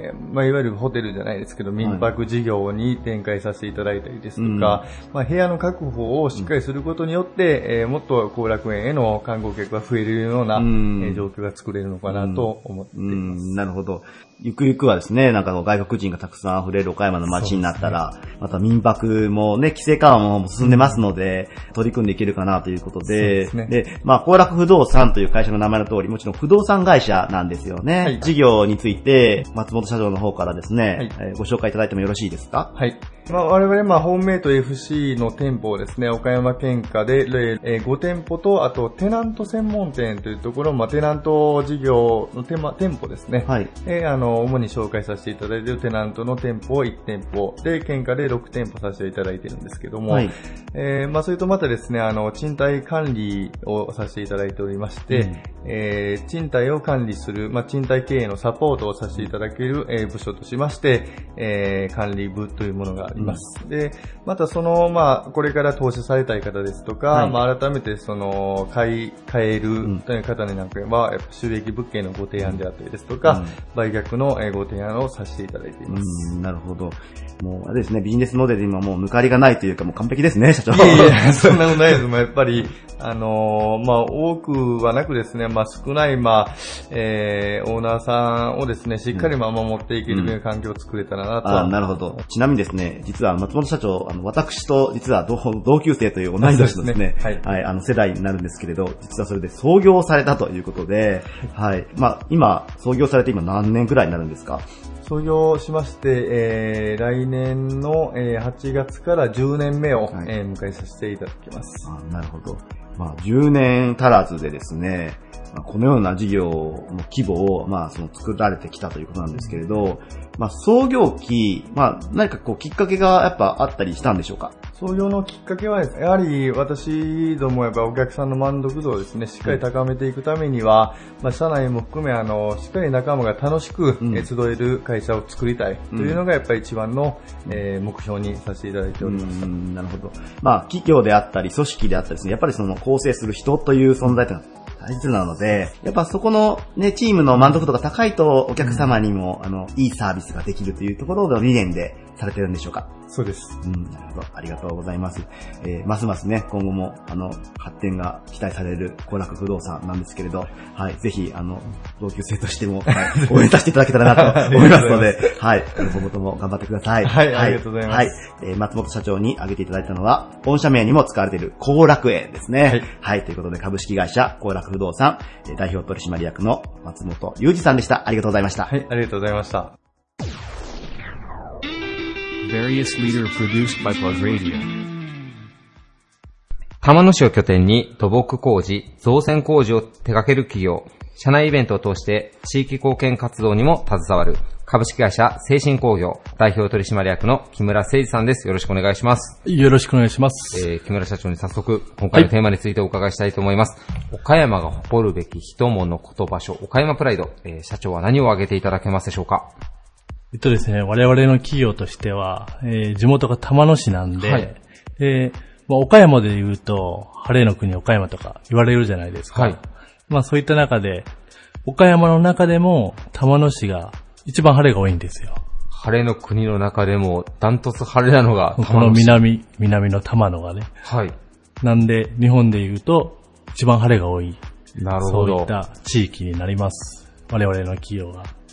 いわゆるホテルじゃないですけど、民泊事業に展開させていただいたりですとか、部屋の確保をしっかりすることによって、もっと後楽園への観光客が増えるような、状況が作れるのかなと思っています。 なるほど。ゆくゆくはですね、外国人がたくさん溢れる岡山の街になったら、また民泊もね、規制緩和も進んでますので、取り組んでいけるかなということで、後楽不動産という会社の名前の通り、もちろん不動産会社なんですよね。事業について、松本社長の方からですね、ご紹介いただいてもよろしいですか？ はい。我々ホームメイト FC の店舗をですね、岡山県下で5店舗と、あとテナント専門店というところ、テナント事業の店舗ですね。主に紹介させていただいているテナントの店舗を1店舗で、県下で6店舗させていただいているんですけども、それとまたですね、賃貸管理をさせていただいておりまして、賃貸を管理する、賃貸経営のサポートをさせていただける、部署としまして、管理部というものがあります。で、またこれから投資されたい方ですとか、改めて買えるという方になんかは、やっぱ収益物件のご提案であったりですとか、売却のご提案をさせていただいています。 なるほど。もうあれですね、ビジネスモデルにももう抜かりがないというか、もう完璧ですね、社長。 いやそんなことないです。やっぱり、多くはなくですね、少ない、オーナーさんをですね、しっかり守っていける環境を作れたらなと。 なるほど。ちなみにですね、実は松本社長、私と実は同級生という同い年のですね、世代になるんですけれど、実はそれで創業されたということで、今、創業されて今何年くらいになるんですか？ 創業しまして、来年の8月から10年目を迎えさせていただきます。 なるほど。10年足らずでですね、このような事業の規模を、作られてきたということなんですけれど、創業期、何かきっかけがやっぱあったりしたんでしょうか？ 創業のきっかけはですね、やはり私どもやっぱお客さんの満足度をですね、しっかり高めていくためには、社内も含めしっかり仲間が楽しく集える会社を作りたいというのがやっぱり一番の目標にさせていただいております。 なるほど。企業であったり組織であったりですね、やっぱり構成する人という存在というのは大切なので、やっぱそこのね、チームの満足度が高いとお客様にも、いいサービスができるというところの理念でされてるんでしょうか？ そうです。 なるほど。ありがとうございます。ますますね、今後も、発展が期待される後楽不動産なんですけれど、ぜひ、同級生としても、応援させていただけたらなと思いますので、今後とも頑張ってください。 ありがとうございます。 松本社長に挙げていただいたのは、御社名にも使われている後楽園ですね。ということで、株式会社後楽不動産、代表取締役の松本裕二さんでした。ありがとうございました。 ありがとうございました。 Various leader produced by Plug Radio。 玉野市を拠点に土木工事、造船工事を手掛ける企業、社内イベントを通して地域貢献活動にも携わる株式会社精神工業代表取締役の木村誠二さんです。よろしくお願いします。 よろしくお願いします。 木村社長に早速今回のテーマについてお伺いしたいと思います。岡山が誇るべき人物こと場所、岡山プライド、社長は何を挙げていただけますでしょうか？ ですね、我々の企業としては、地元が玉野市なんで、岡山で言うと、晴れの国岡山とか言われるじゃないですか。そういった中で、岡山の中でも玉野市が一番晴れが多いんですよ。 晴れの国の中でもダントツ晴れなのがこの南の玉野がね。なんで、日本で言うと一番晴れが多い。 なるほど。 そういった地域になります。我々の企業が。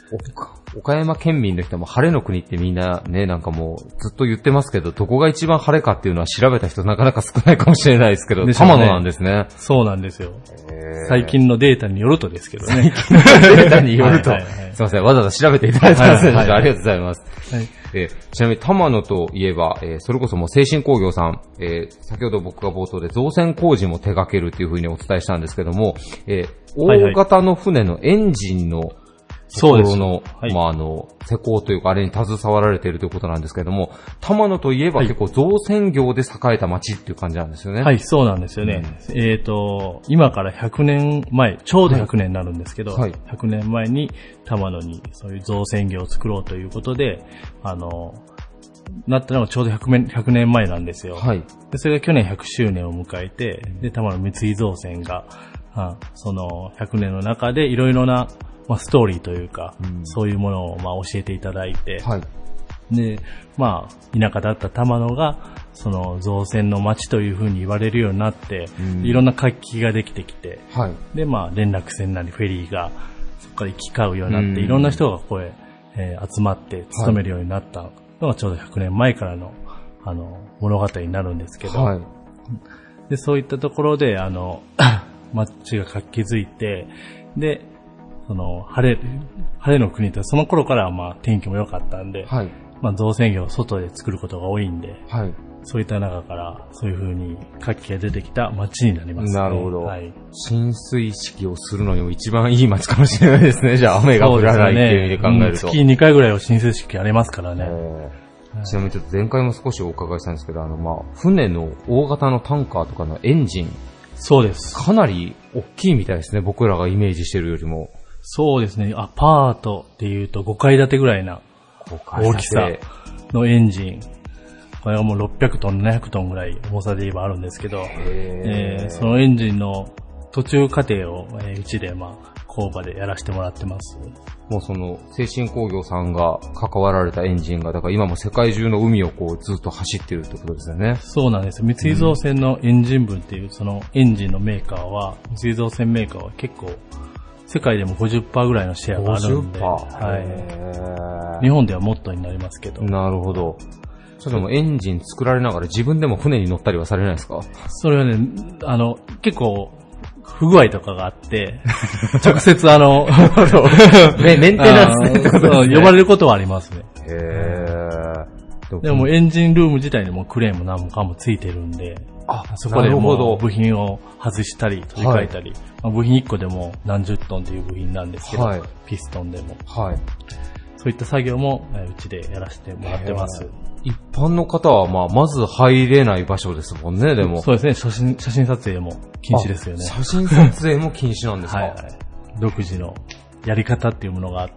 岡山県民の人も晴れの国ってみんなね、なんかもうずっと言ってますけど、どこが一番晴れかっていうのは調べた人なかなか少ないかもしれないですけど、玉野なんですね。 そうなんですよ。最近のデータによるとですけどね。 最近のデータによると。すいません、わざわざ調べていただいたんですね。ありがとうございます。ちなみに玉野といえば、それこそもう精神工業さん、先ほど僕が冒頭で造船工事も手掛けるというふうにお伝えしたんですけども、大型の船のエンジンのところの、施工というか、あれに携わられているということなんですけども、玉野といえば結構造船業で栄えた町っていう感じなんですよね。 はい、そうなんですよね。今から100年前、ちょうど100年になるんですけど、100年前に玉野にそういう造船業を作ろうということで、なったのがちょうど100年前なんですよ。でそれが去年100周年を迎えて、で、玉野三井造船が、その100年の中でいろいろなストーリーというか、そういうものを教えていただいて、で、田舎だった玉野が、その造船の町というふうに言われるようになって、いろんな活気ができてきて、で、連絡船なりフェリーがそこから行き交うようになって、いろんな人がここへ、集まって勤めるようになったのがちょうど100年前からの、物語になるんですけど、で、そういったところで、町が活気づいて、で、その、晴れの国とその頃からは天気も良かったんで、造船業を外で作ることが多いんで、そういった中からそういう風に活気が出てきた町になりますね。 なるほど。浸水式をするのにも一番いい町かもしれないですね。じゃあ雨が降らないっていう意味で考えると。 月2回ぐらいは浸水式ありますからね。 ちなみにちょっと前回も少しお伺いしたんですけど、船の大型のタンカーとかのエンジン。 そうです。 かなり大きいみたいですね。僕らがイメージしてるよりも。 そうですね。アパートっていうと5階建てぐらいな大きさのエンジン。これはもう600トン、700トンぐらい重さで言えばあるんですけど、そのエンジンの途中過程を、うちで工場でやらせてもらってます。 もうその精神工業さんが関わられたエンジンが、だから今も世界中の海をずっと走ってるってことですよね。 そうなんです。三井造船のエンジン部っていうそのエンジンのメーカーは、三井造船メーカーは結構世界でも 50% ぐらいのシェアがあるんで、日本ではもっとになりますけど。 なるほど。それでもエンジン作られながら自分でも船に乗ったりはされないですか？ それはね、結構不具合とかがあって、直接メンテナンスってことですね。 呼ばれることはありますね。でもエンジンルーム自体にもクレーンも何もかもついてるんで、そこでもう部品を外したり取り替えたり、部品1個でも何十トンという部品なんですけど、ピストンでも、そういった作業もうちでやらせてもらってます。 一般の方はまず入れない場所ですもんね、でも。 そうですね、写真撮影も禁止ですよね。 写真撮影も禁止なんですか？ 独自のやり方っていうものがあって、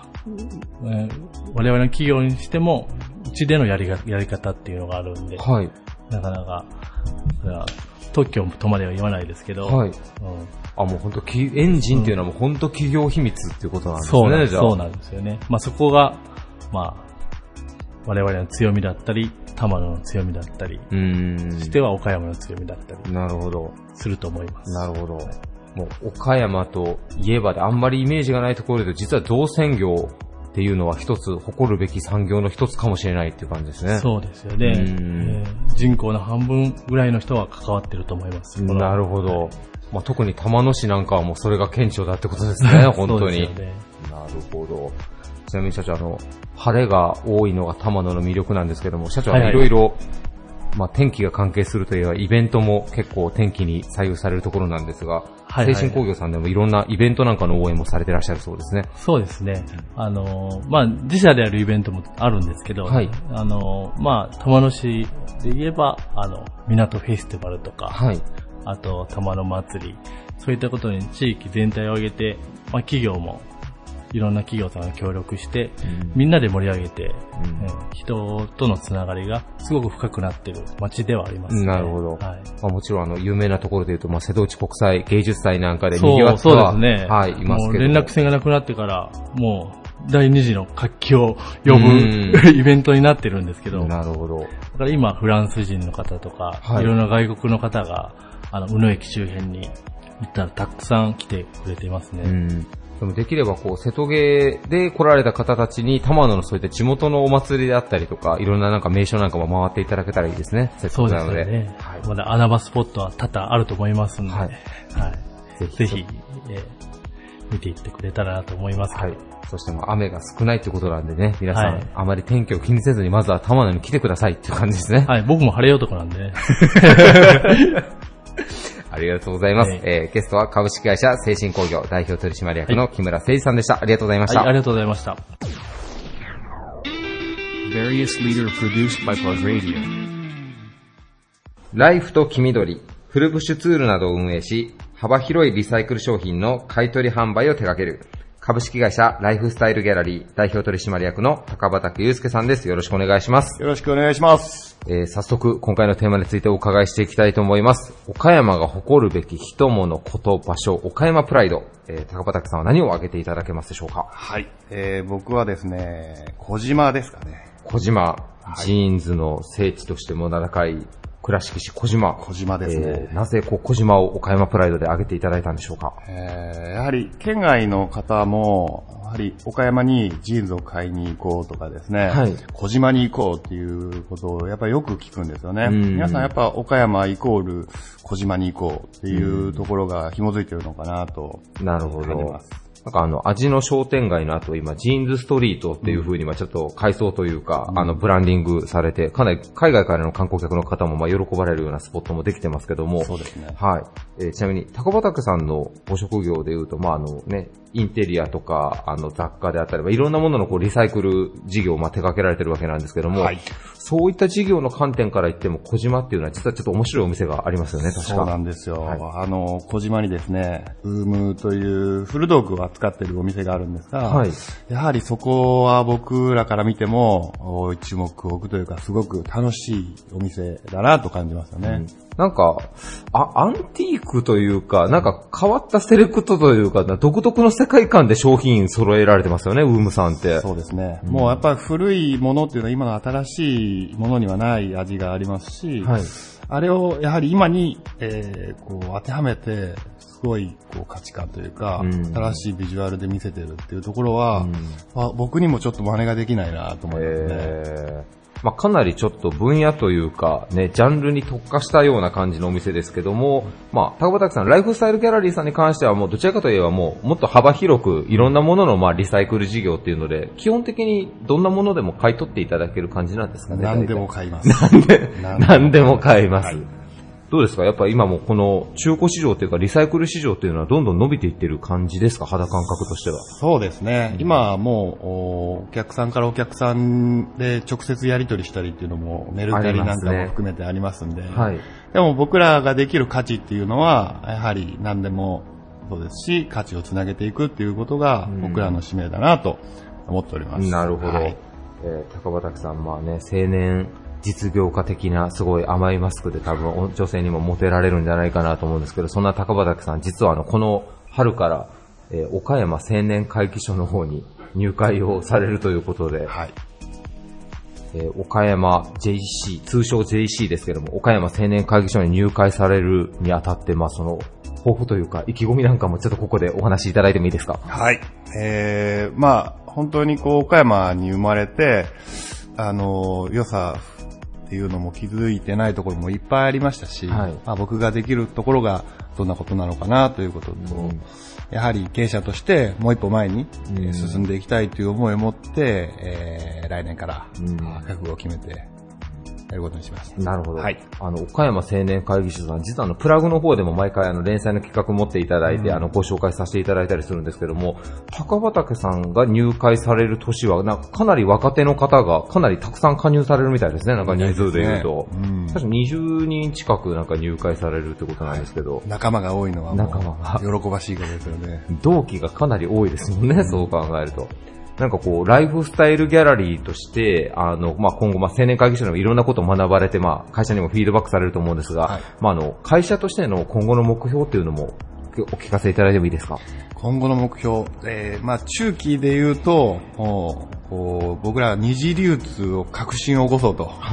我々の企業にしても、うちでのやり方っていうのがあるんで、なかなか、特許とまでは言わないですけど、もう本当エンジンっていうのはもう本当企業秘密っていうことなんですね、じゃあ。 そうなんですよね。そこが、我々の強みだったり、玉野の強みだったり、しては岡山の強みだったり、 なるほど。 すると思います。 なるほど。もう岡山といえばであんまりイメージがないところで、実は造船業っていうのは一つ誇るべき産業の一つかもしれないっていう感じですね。 そうですよね。人口の半分ぐらいの人は関わってると思います。 なるほど。特に玉野市なんかはもうそれが顕著だってことですね、本当に。そうですよね。なるほど。ちなみに社長、晴れが多いのが玉野の魅力なんですけども、社長はいろいろ、天気が関係するといえばイベントも結構天気に左右されるところなんですが、精神工業さんでもいろんなイベントなんかの応援もされてらっしゃるそうですね。 そうですね。自社でやるイベントもあるんですけど、玉野市で言えば、港フェスティバルとか、あと玉野祭り、そういったことに地域全体を挙げて、企業もいろんな企業さんが協力して、みんなで盛り上げて、人とのつながりがすごく深くなっている街ではありますね。 なるほど。もちろん有名なところで言うと、瀬戸内国際芸術祭なんかで賑わっては、 そうですね。 いますけど。 連絡線がなくなってから、もう第二次の活気を呼ぶイベントになってるんですけど。 なるほど。だから今フランス人の方とか、いろんな外国の方が、宇野駅周辺に行ったらたくさん来てくれていますね。 でもできれば瀬戸芸で来られた方たちに玉野のそういった地元のお祭りであったりとか、いろんななんか名所なんかも回っていただけたらいいですね。 そうですね。はい、まだ穴場スポットは多々あると思いますので、はい。ぜひ、見ていってくれたらなと思います。 はい。そして雨が少ないってことなんでね、皆さん、あまり天気を気にせずにまずは玉野に来てくださいっていう感じですね。 はい、僕も晴れ男なんでね。 ありがとうございます。ゲストは株式会社精神工業代表取締役の木村誠二さんでした。ありがとうございました。 はい、ありがとうございました。 ライフと黄緑、フルブッシュツールなどを運営し、幅広いリサイクル商品の買取販売を手掛ける株式会社ライフスタイルギャラリー代表取締役の高畑祐介さんです。よろしくお願いします。 よろしくお願いします。 早速今回のテーマについてお伺いしていきたいと思います。岡山が誇るべき人物こと場所、岡山プライド。高畑さんは何を挙げていただけますでしょうか？ はい。僕はですね、小島ですかね。 小島、ジーンズの聖地としても名高い倉敷市小島。 小島ですね。 なぜ小島を岡山プライドで挙げていただいたんでしょうか？ やはり県外の方も、やはり岡山にジーンズを買いに行こうとかですね、はい、小島に行こうっていうことをやっぱりよく聞くんですよね。皆さんやっぱ岡山イコール小島に行こうっていうところが紐づいてるのかなとなるほど。なんか味の商店街の後、今、ジーンズストリートっていう風にちょっと改装というか、ブランディングされて、かなり海外からの観光客の方も喜ばれるようなスポットもできてますけども。 そうですね。 はい。ちなみに、高畑さんのご職業でいうと、インテリアとか、雑貨であったり、いろんなもののリサイクル事業を手掛けられてるわけなんですけども、はい、そういった事業の観点から言っても、小島っていうのは実はちょっと面白いお店がありますよね、確か。 そうなんですよ。はい、小島にですね、ウームという古道具を扱っているお店があるんですが、はい、やはりそこは僕らから見ても、一目置くというか、すごく楽しいお店だなと感じますよね。 なんか、アンティークというか、なんか変わったセレクトというか、独特の世界観で商品揃えられてますよね、ウームさんって。 そうですね。もうやっぱり古いものっていうのは今の新しいものにはない味がありますし、はい、あれをやはり今に、当てはめて、すごい価値観というか、新しいビジュアルで見せてるっていうところは、僕にもちょっと真似ができないなと思いますね。 かなりちょっと分野というか、ね、ジャンルに特化したような感じのお店ですけども、高畑さん、ライフスタイルギャラリーさんに関してはもうどちらかといえばもっと幅広くいろんなもののリサイクル事業っていうので、基本的にどんなものでも買い取っていただける感じなんですかね。 何でも買います。 何でも買います。はい、どうですか？やっぱ今もこの中古市場というかリサイクル市場というのはどんどん伸びていってる感じですか？肌感覚としては。 そうですね。今はもうお客さんからお客さんで直接やり取りしたりっていうのもメルカリなんかも含めてありますんで、はい、でも僕らができる価値っていうのはやはり何でもそうですし、価値をつなげていくっていうことが僕らの使命だなと思っております。 なるほど。はい、高畑さん、青年実業家的なすごい甘いマスクで多分女性にもモテられるんじゃないかなと思うんですけど、そんな高畑さん、実はこの春から、岡山青年会議所の方に入会をされるということで、はい、岡山 JC、通称 JC ですけども、岡山青年会議所に入会されるにあたって、その抱負というか意気込みなんかもちょっとここでお話しいただいてもいいですか？ はい。本当に岡山に生まれて、良さっていうのも気づいてないところもいっぱいありましたし、はい、僕ができるところがどんなことなのかなということと、やはり経営者としてもう一歩前に進んでいきたいという思いを持って、来年から覚悟を決めてやることにします。 なるほど。はい。岡山青年会議所さん、実はプラグの方でも毎回連載の企画持っていただいて、ご紹介させていただいたりするんですけども、高畑さんが入会される年は、かなり若手の方がかなりたくさん加入されるみたいですね。人数で言うと。確か20人近く入会されるってことなんですけど。 仲間が多いのは喜ばしいことですよね。 同期がかなり多いですもんね、そう考えると。ライフスタイルギャラリーとして、今後、青年会議所でもいろんなことを学ばれて、会社にもフィードバックされると思うんですが、はい、会社としての今後の目標っていうのもお聞かせいただいてもいいですか？ 今後の目標、中期で言うと、僕ら二次流通を革新を起こそうと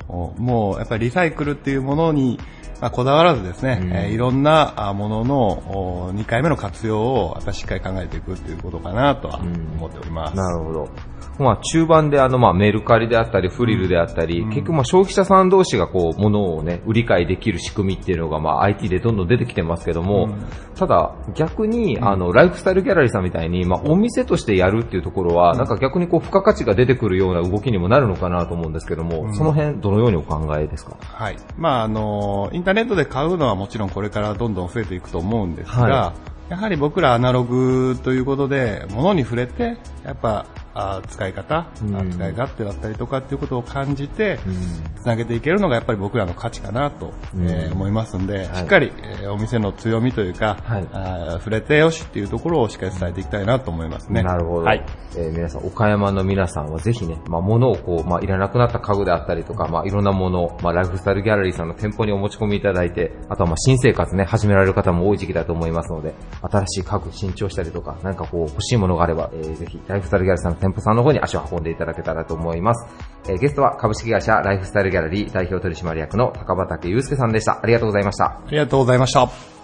もうやっぱりリサイクルっていうものに、こだわらずですね、いろんなものの2回目の活用をやっぱりしっかり考えていくっていうことかなとは思っております。 なるほど。中盤でメルカリであったり、フリルであったり、結局消費者さん同士が物をね、売り買いできる仕組みっていうのがIT でどんどん出てきてますけども、ただ逆にライフスタイルギャラリーさんみたいに、お店としてやるっていうところは、なんか逆に付加価値が出てくるような動きにもなるのかなと思うんですけども、その辺どのようにお考えですか？ はい。インターネットで買うのはもちろんこれからどんどん増えていくと思うんですが、やはり僕らアナログということで、物に触れて、やっぱ、使い勝手だったりとかっていうことを感じて、つなげていけるのがやっぱり僕らの価値かなと、思いますので、しっかり、お店の強みというか、触れてよしっていうところをしっかり伝えていきたいなと思いますね。 なるほど。皆さん、岡山の皆さんはぜひね、物をいらなくなった家具であったりとか、いろんなもの、ライフスタイルギャラリーさんの店舗にお持ち込みいただいて、あとは新生活ね、始められる方も多い時期だと思いますので、新しい家具新調したりとか、何か欲しいものがあれば、ぜひライフスタイルギャラリーさんの店舗さんの方に足を運んでいただけたらと思います。ゲストは株式会社ライフスタイルギャラリー代表取締役の高畑祐介さんでした。ありがとうございました。 ありがとうございました。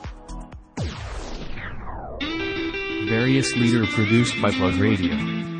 Various Leader Produced by Plug Radio。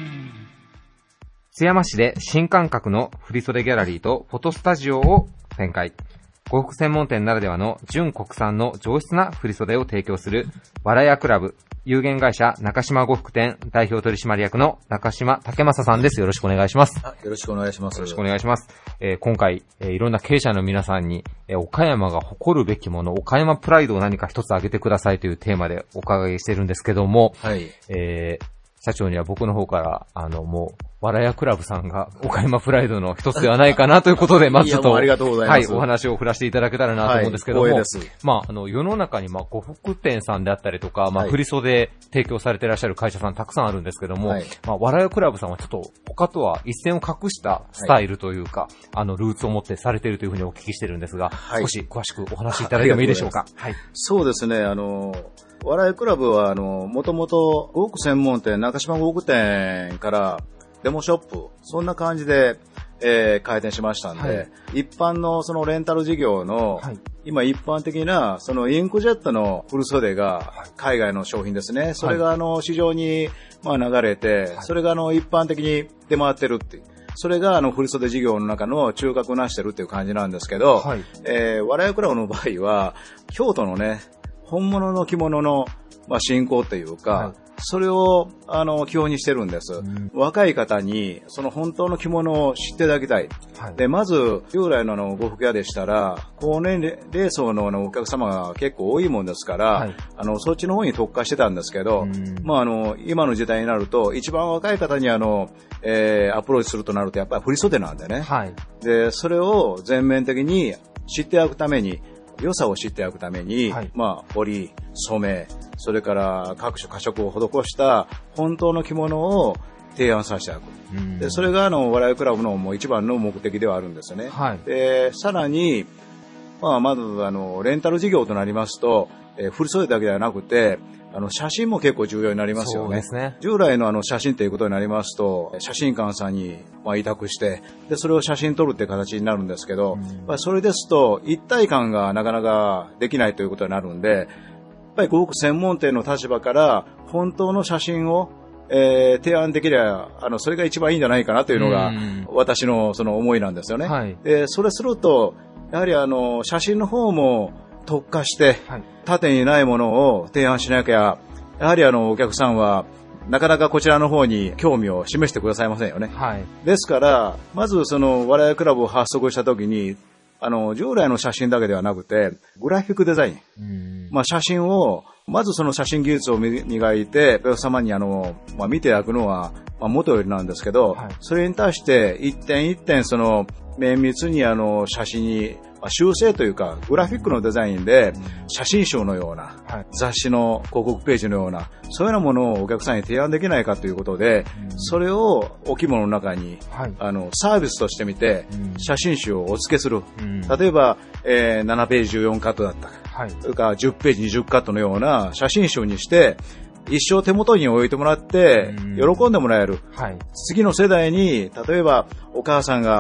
津山市で新感覚の振袖ギャラリーとフォトスタジオを展開。呉服専門店ならではの純国産の上質な振袖を提供するわらやクラブ有限会社中島呉服店代表取締役の中島武正さんです。よろしくお願いします。 よろしくお願いします。 よろしくお願いします。今回、いろんな経営者の皆さんに、岡山が誇るべきもの、岡山プライドを何か一つ挙げてくださいというテーマでお伺いしてるんですけども、社長には僕の方から、もう、わらやクラブさんが岡山プライドの一つではないかなということで、まずちょっと、 ありがとうございます。 お話を振らせていただけたらなと思うんですけども、世の中に呉服店さんであったりとか、振袖提供されていらっしゃる会社さんたくさんあるんですけども、わらやクラブさんはちょっと他とは一線を画したスタイルというか、ルーツを持ってされているというふうにお聞きしてるんですが、少し詳しくお話しいただいてもいいでしょうか。 そうですね、わらやクラブは、もともと、呉服専門店、中島呉服店から、デモショップ、そんな感じで、開店しましたんで、一般のそのレンタル事業の、今一般的な、そのインクジェットのフル袖が、海外の商品ですね。それが市場に、流れて、それが一般的に出回ってるっていう。それが振袖事業の中の中核を成してるっていう感じなんですけど、わらやクラブの場合は、京都のね、本物の着物の、振興というか、それを、基本にしてるんです。若い方に、その本当の着物を知っていただきたい。で、まず、従来の呉服屋でしたら、高年齢層のお客様が結構多いもんですから、そっちの方に特化してたんですけど、今の時代になると、一番若い方にアプローチするとなると、やっぱり振袖なんでね。で、それを全面的に知っていただくために、良さを知っていただくために、織り、染め、それから各種化色を施した本当の着物を提案させていただく。で、それがわらやクラブのもう一番の目的ではあるんですよね。で、さらに、まずレンタル事業となりますと、振袖だけではなくて、写真も結構重要になりますよね。 そうですね。 従来の写真ということになりますと、写真館さんに委託して、で、それを写真撮るっていう形になるんですけど、それですと一体感がなかなかできないということになるんで、やっぱり呉服専門店の立場から本当の写真を提案できれば、それが一番いいんじゃないかなというのが、私のその思いなんですよね。で、それすると、やはり写真の方も特化して、縦にないものを提案しなきゃ、やはりお客さんは、なかなかこちらの方に興味を示してくださいませんよね。ですから、まずその、わらやクラブを発足したときに、従来の写真だけではなくて、グラフィックデザイン。写真を、まずその写真技術を磨いて、お客様に見ていただくのは、元よりなんですけど、それに対して一点一点その、綿密に写真に、修正というか、グラフィックのデザインで、写真集のような、雑誌の広告ページのような、そういうようなものをお客さんに提案できないかということで、それをお着物の中に、サービスとしてみて、写真集をお付けする。例えば、7ページ14カットだったか、それから10ページ20カットのような写真集にして、一生手元に置いてもらって、喜んでもらえる。次の世代に、例えば、お母さんが、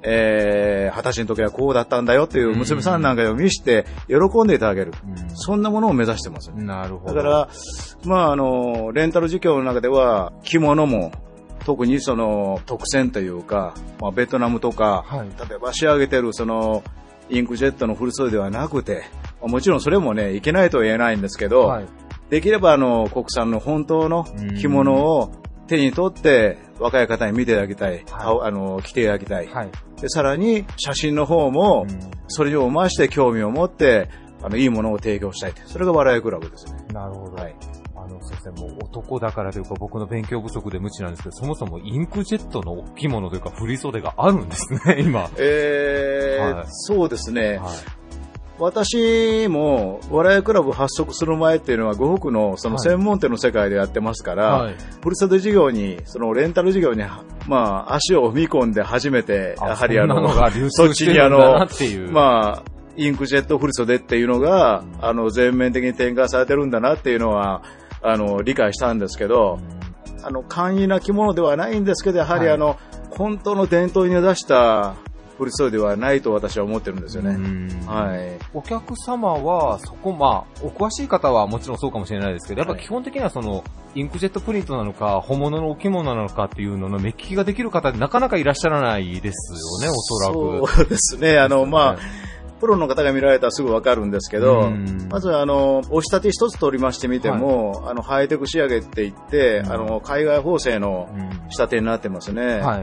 20歳の時はこうだったんだよっていう娘さんなんかを見せて喜んでいただける。そんなものを目指してます。 なるほど。 だから、まあレンタル事業の中では着物も、特にその特選というか、まあ、ベトナムとか、はい、例えば仕上げてるそのインクジェットのフルソーではなくて、もちろんそれもね、いけないとは言えないんですけど、はい、できれば国産の本当の着物を手に取って若い方に見ていただきたい、はい、着ていただきたい、はい、でさらに写真の方もそれを増して興味を持っていいものを提供したい。それが笑いクラブですね。 なるほど。はい、先生もう男だからというか僕の勉強不足で無知なんですけど、そもそもインクジェットの大きいものというか振り袖があるんですね、今。はい、 そうですね。はい、私も笑いクラブ発足する前っていうのは呉服のその専門店の世界でやってますから、はい、振り袖事業に、そのレンタル事業に、まあ足を踏み込んで初めて、やはりそっちにまあ、インクジェット振り袖っていうのが、全面的に展開されてるんだなっていうのは、理解したんですけど、簡易な着物ではないんですけど、やはり本当の伝統に根ざした振り袖ではないと私は思ってるんですよね。はい。 お客様は、そこ、まあ、お詳しい方はもちろんそうかもしれないですけど、やっぱ基本的にはその、インクジェットプリントなのか、本物のお着物なのかっていうのの目利きができる方ってなかなかいらっしゃらないですよね、おそらく。 そうですね。まあ、プロの方が見られたらすぐわかるんですけど、まず押し立て一つ取りましてみても、はい、ハイテク仕上げって言って、海外縫製の仕立てになってますね。はい、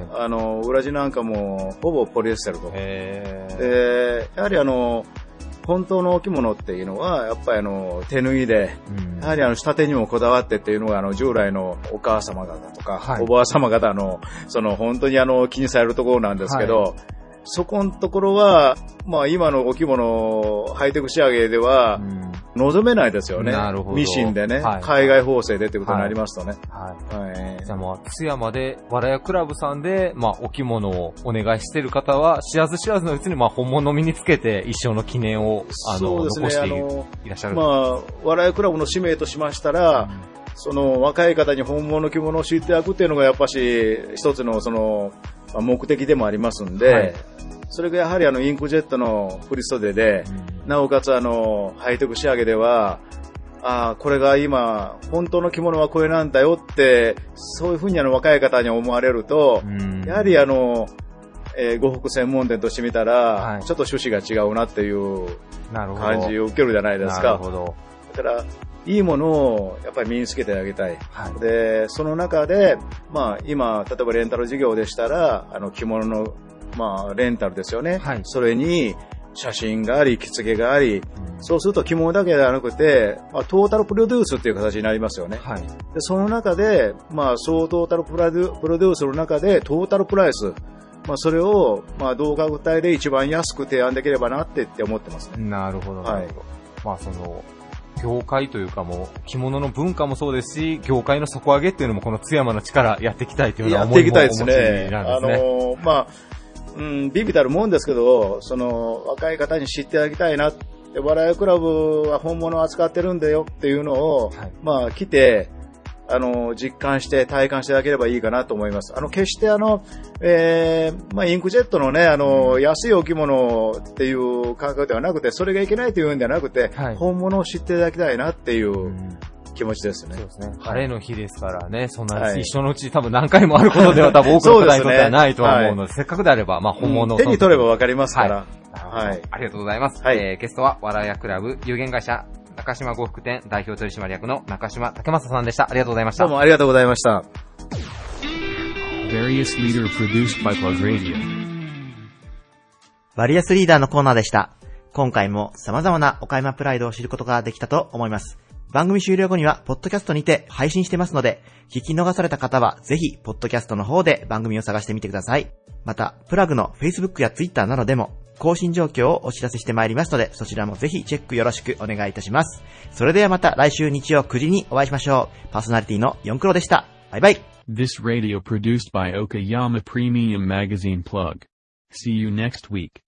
裏地なんかもほぼポリエステルと。で、やはり本当のお着物っていうのは、やっぱり手縫いで、やはり仕立てにもこだわってっていうのが従来のお母様方とか、はい、おばあ様方の、本当に気にされるところなんですけど、はい、そこのところは、まあ今のお着物、ハイテク仕上げでは、望めないですよね。なるほど。ミシンでね、はい、海外縫製でってことになりますとね。はい。はい。 じゃあまあ、津山で、わらやクラブさんで、まあお着物をお願いしている方は、知らず知らずのうちに、まあ本物を身につけて一生の記念を、残していらっしゃる。 まあ、わらやクラブの使命としましたら、若い方に本物の着物を知っていただくっていうのがやっぱし、一つの目的でもありますんで、はい、それがやはりインクジェットの振り袖で、なおかつハイテク仕上げでは、これが今、本当の着物はこれなんだよって、そういうふうに若い方に思われると、やはり呉服専門店としてみたら、はい、ちょっと趣旨が違うなっていう感じを受けるじゃないですか。なるほど。だから、いいものをやっぱり身につけてあげたい。はい、で、その中で、まあ今、例えばレンタル事業でしたら、着物の、まあレンタルですよね。はい、それに写真があり、着付けがあり、そうすると着物だけではなくて、まあ、トータルプロデュースっていう形になりますよね。はい、でその中で、まあ総トータルプロデュースの中でトータルプライス、まあそれを、まあ同価格帯で一番安く提案できればなって思ってますね。 なるほど。はい。まあ業界というかもう着物の文化もそうですし、業界の底上げっていうのもこの津山の力やっていきたいというような思いもお持ちなんですね。 まあ、ビビたるもんですけど、若い方に知っていただきたいな。わらやクラブは本物を扱ってるんだよっていうのを、はい、まあ来て、実感して体感していただければいいかなと思います。決してまあ、インクジェットのね、安いお着物っていう感覚ではなくて、それがいけないというんではなくて、はい、本物を知っていただきたいなっていう気持ちですね。 そうですね。晴れの日ですからね、そんな一緒のうち多分何回もあることでは多分多くの方にとってはないとは思うので、せっかくであれば、まあ、本物を、 手に取ればわかりますから。 はい。ありがとうございます。はい。ゲストは、わらやクラブ有限会社、中島呉服店代表取締役の中島武正さんでした。ありがとうございました。 どうもありがとうございました。 バリアスリーダーのコーナーでした。今回も様々な岡山プライドを知ることができたと思います。番組終了後には、ポッドキャストにて配信してますので、聞き逃された方は、ぜひ、ポッドキャストの方で番組を探してみてください。また、プラグの Facebook や Twitter などでも、更新状況をお知らせしてまいりますので、そちらもぜひチェックよろしくお願いいたします。それではまた来週日曜9時にお会いしましょう。パーソナリティの4クロでした。バイバイ。 This radio produced by Okayama Premium Magazine Plug. See you next week.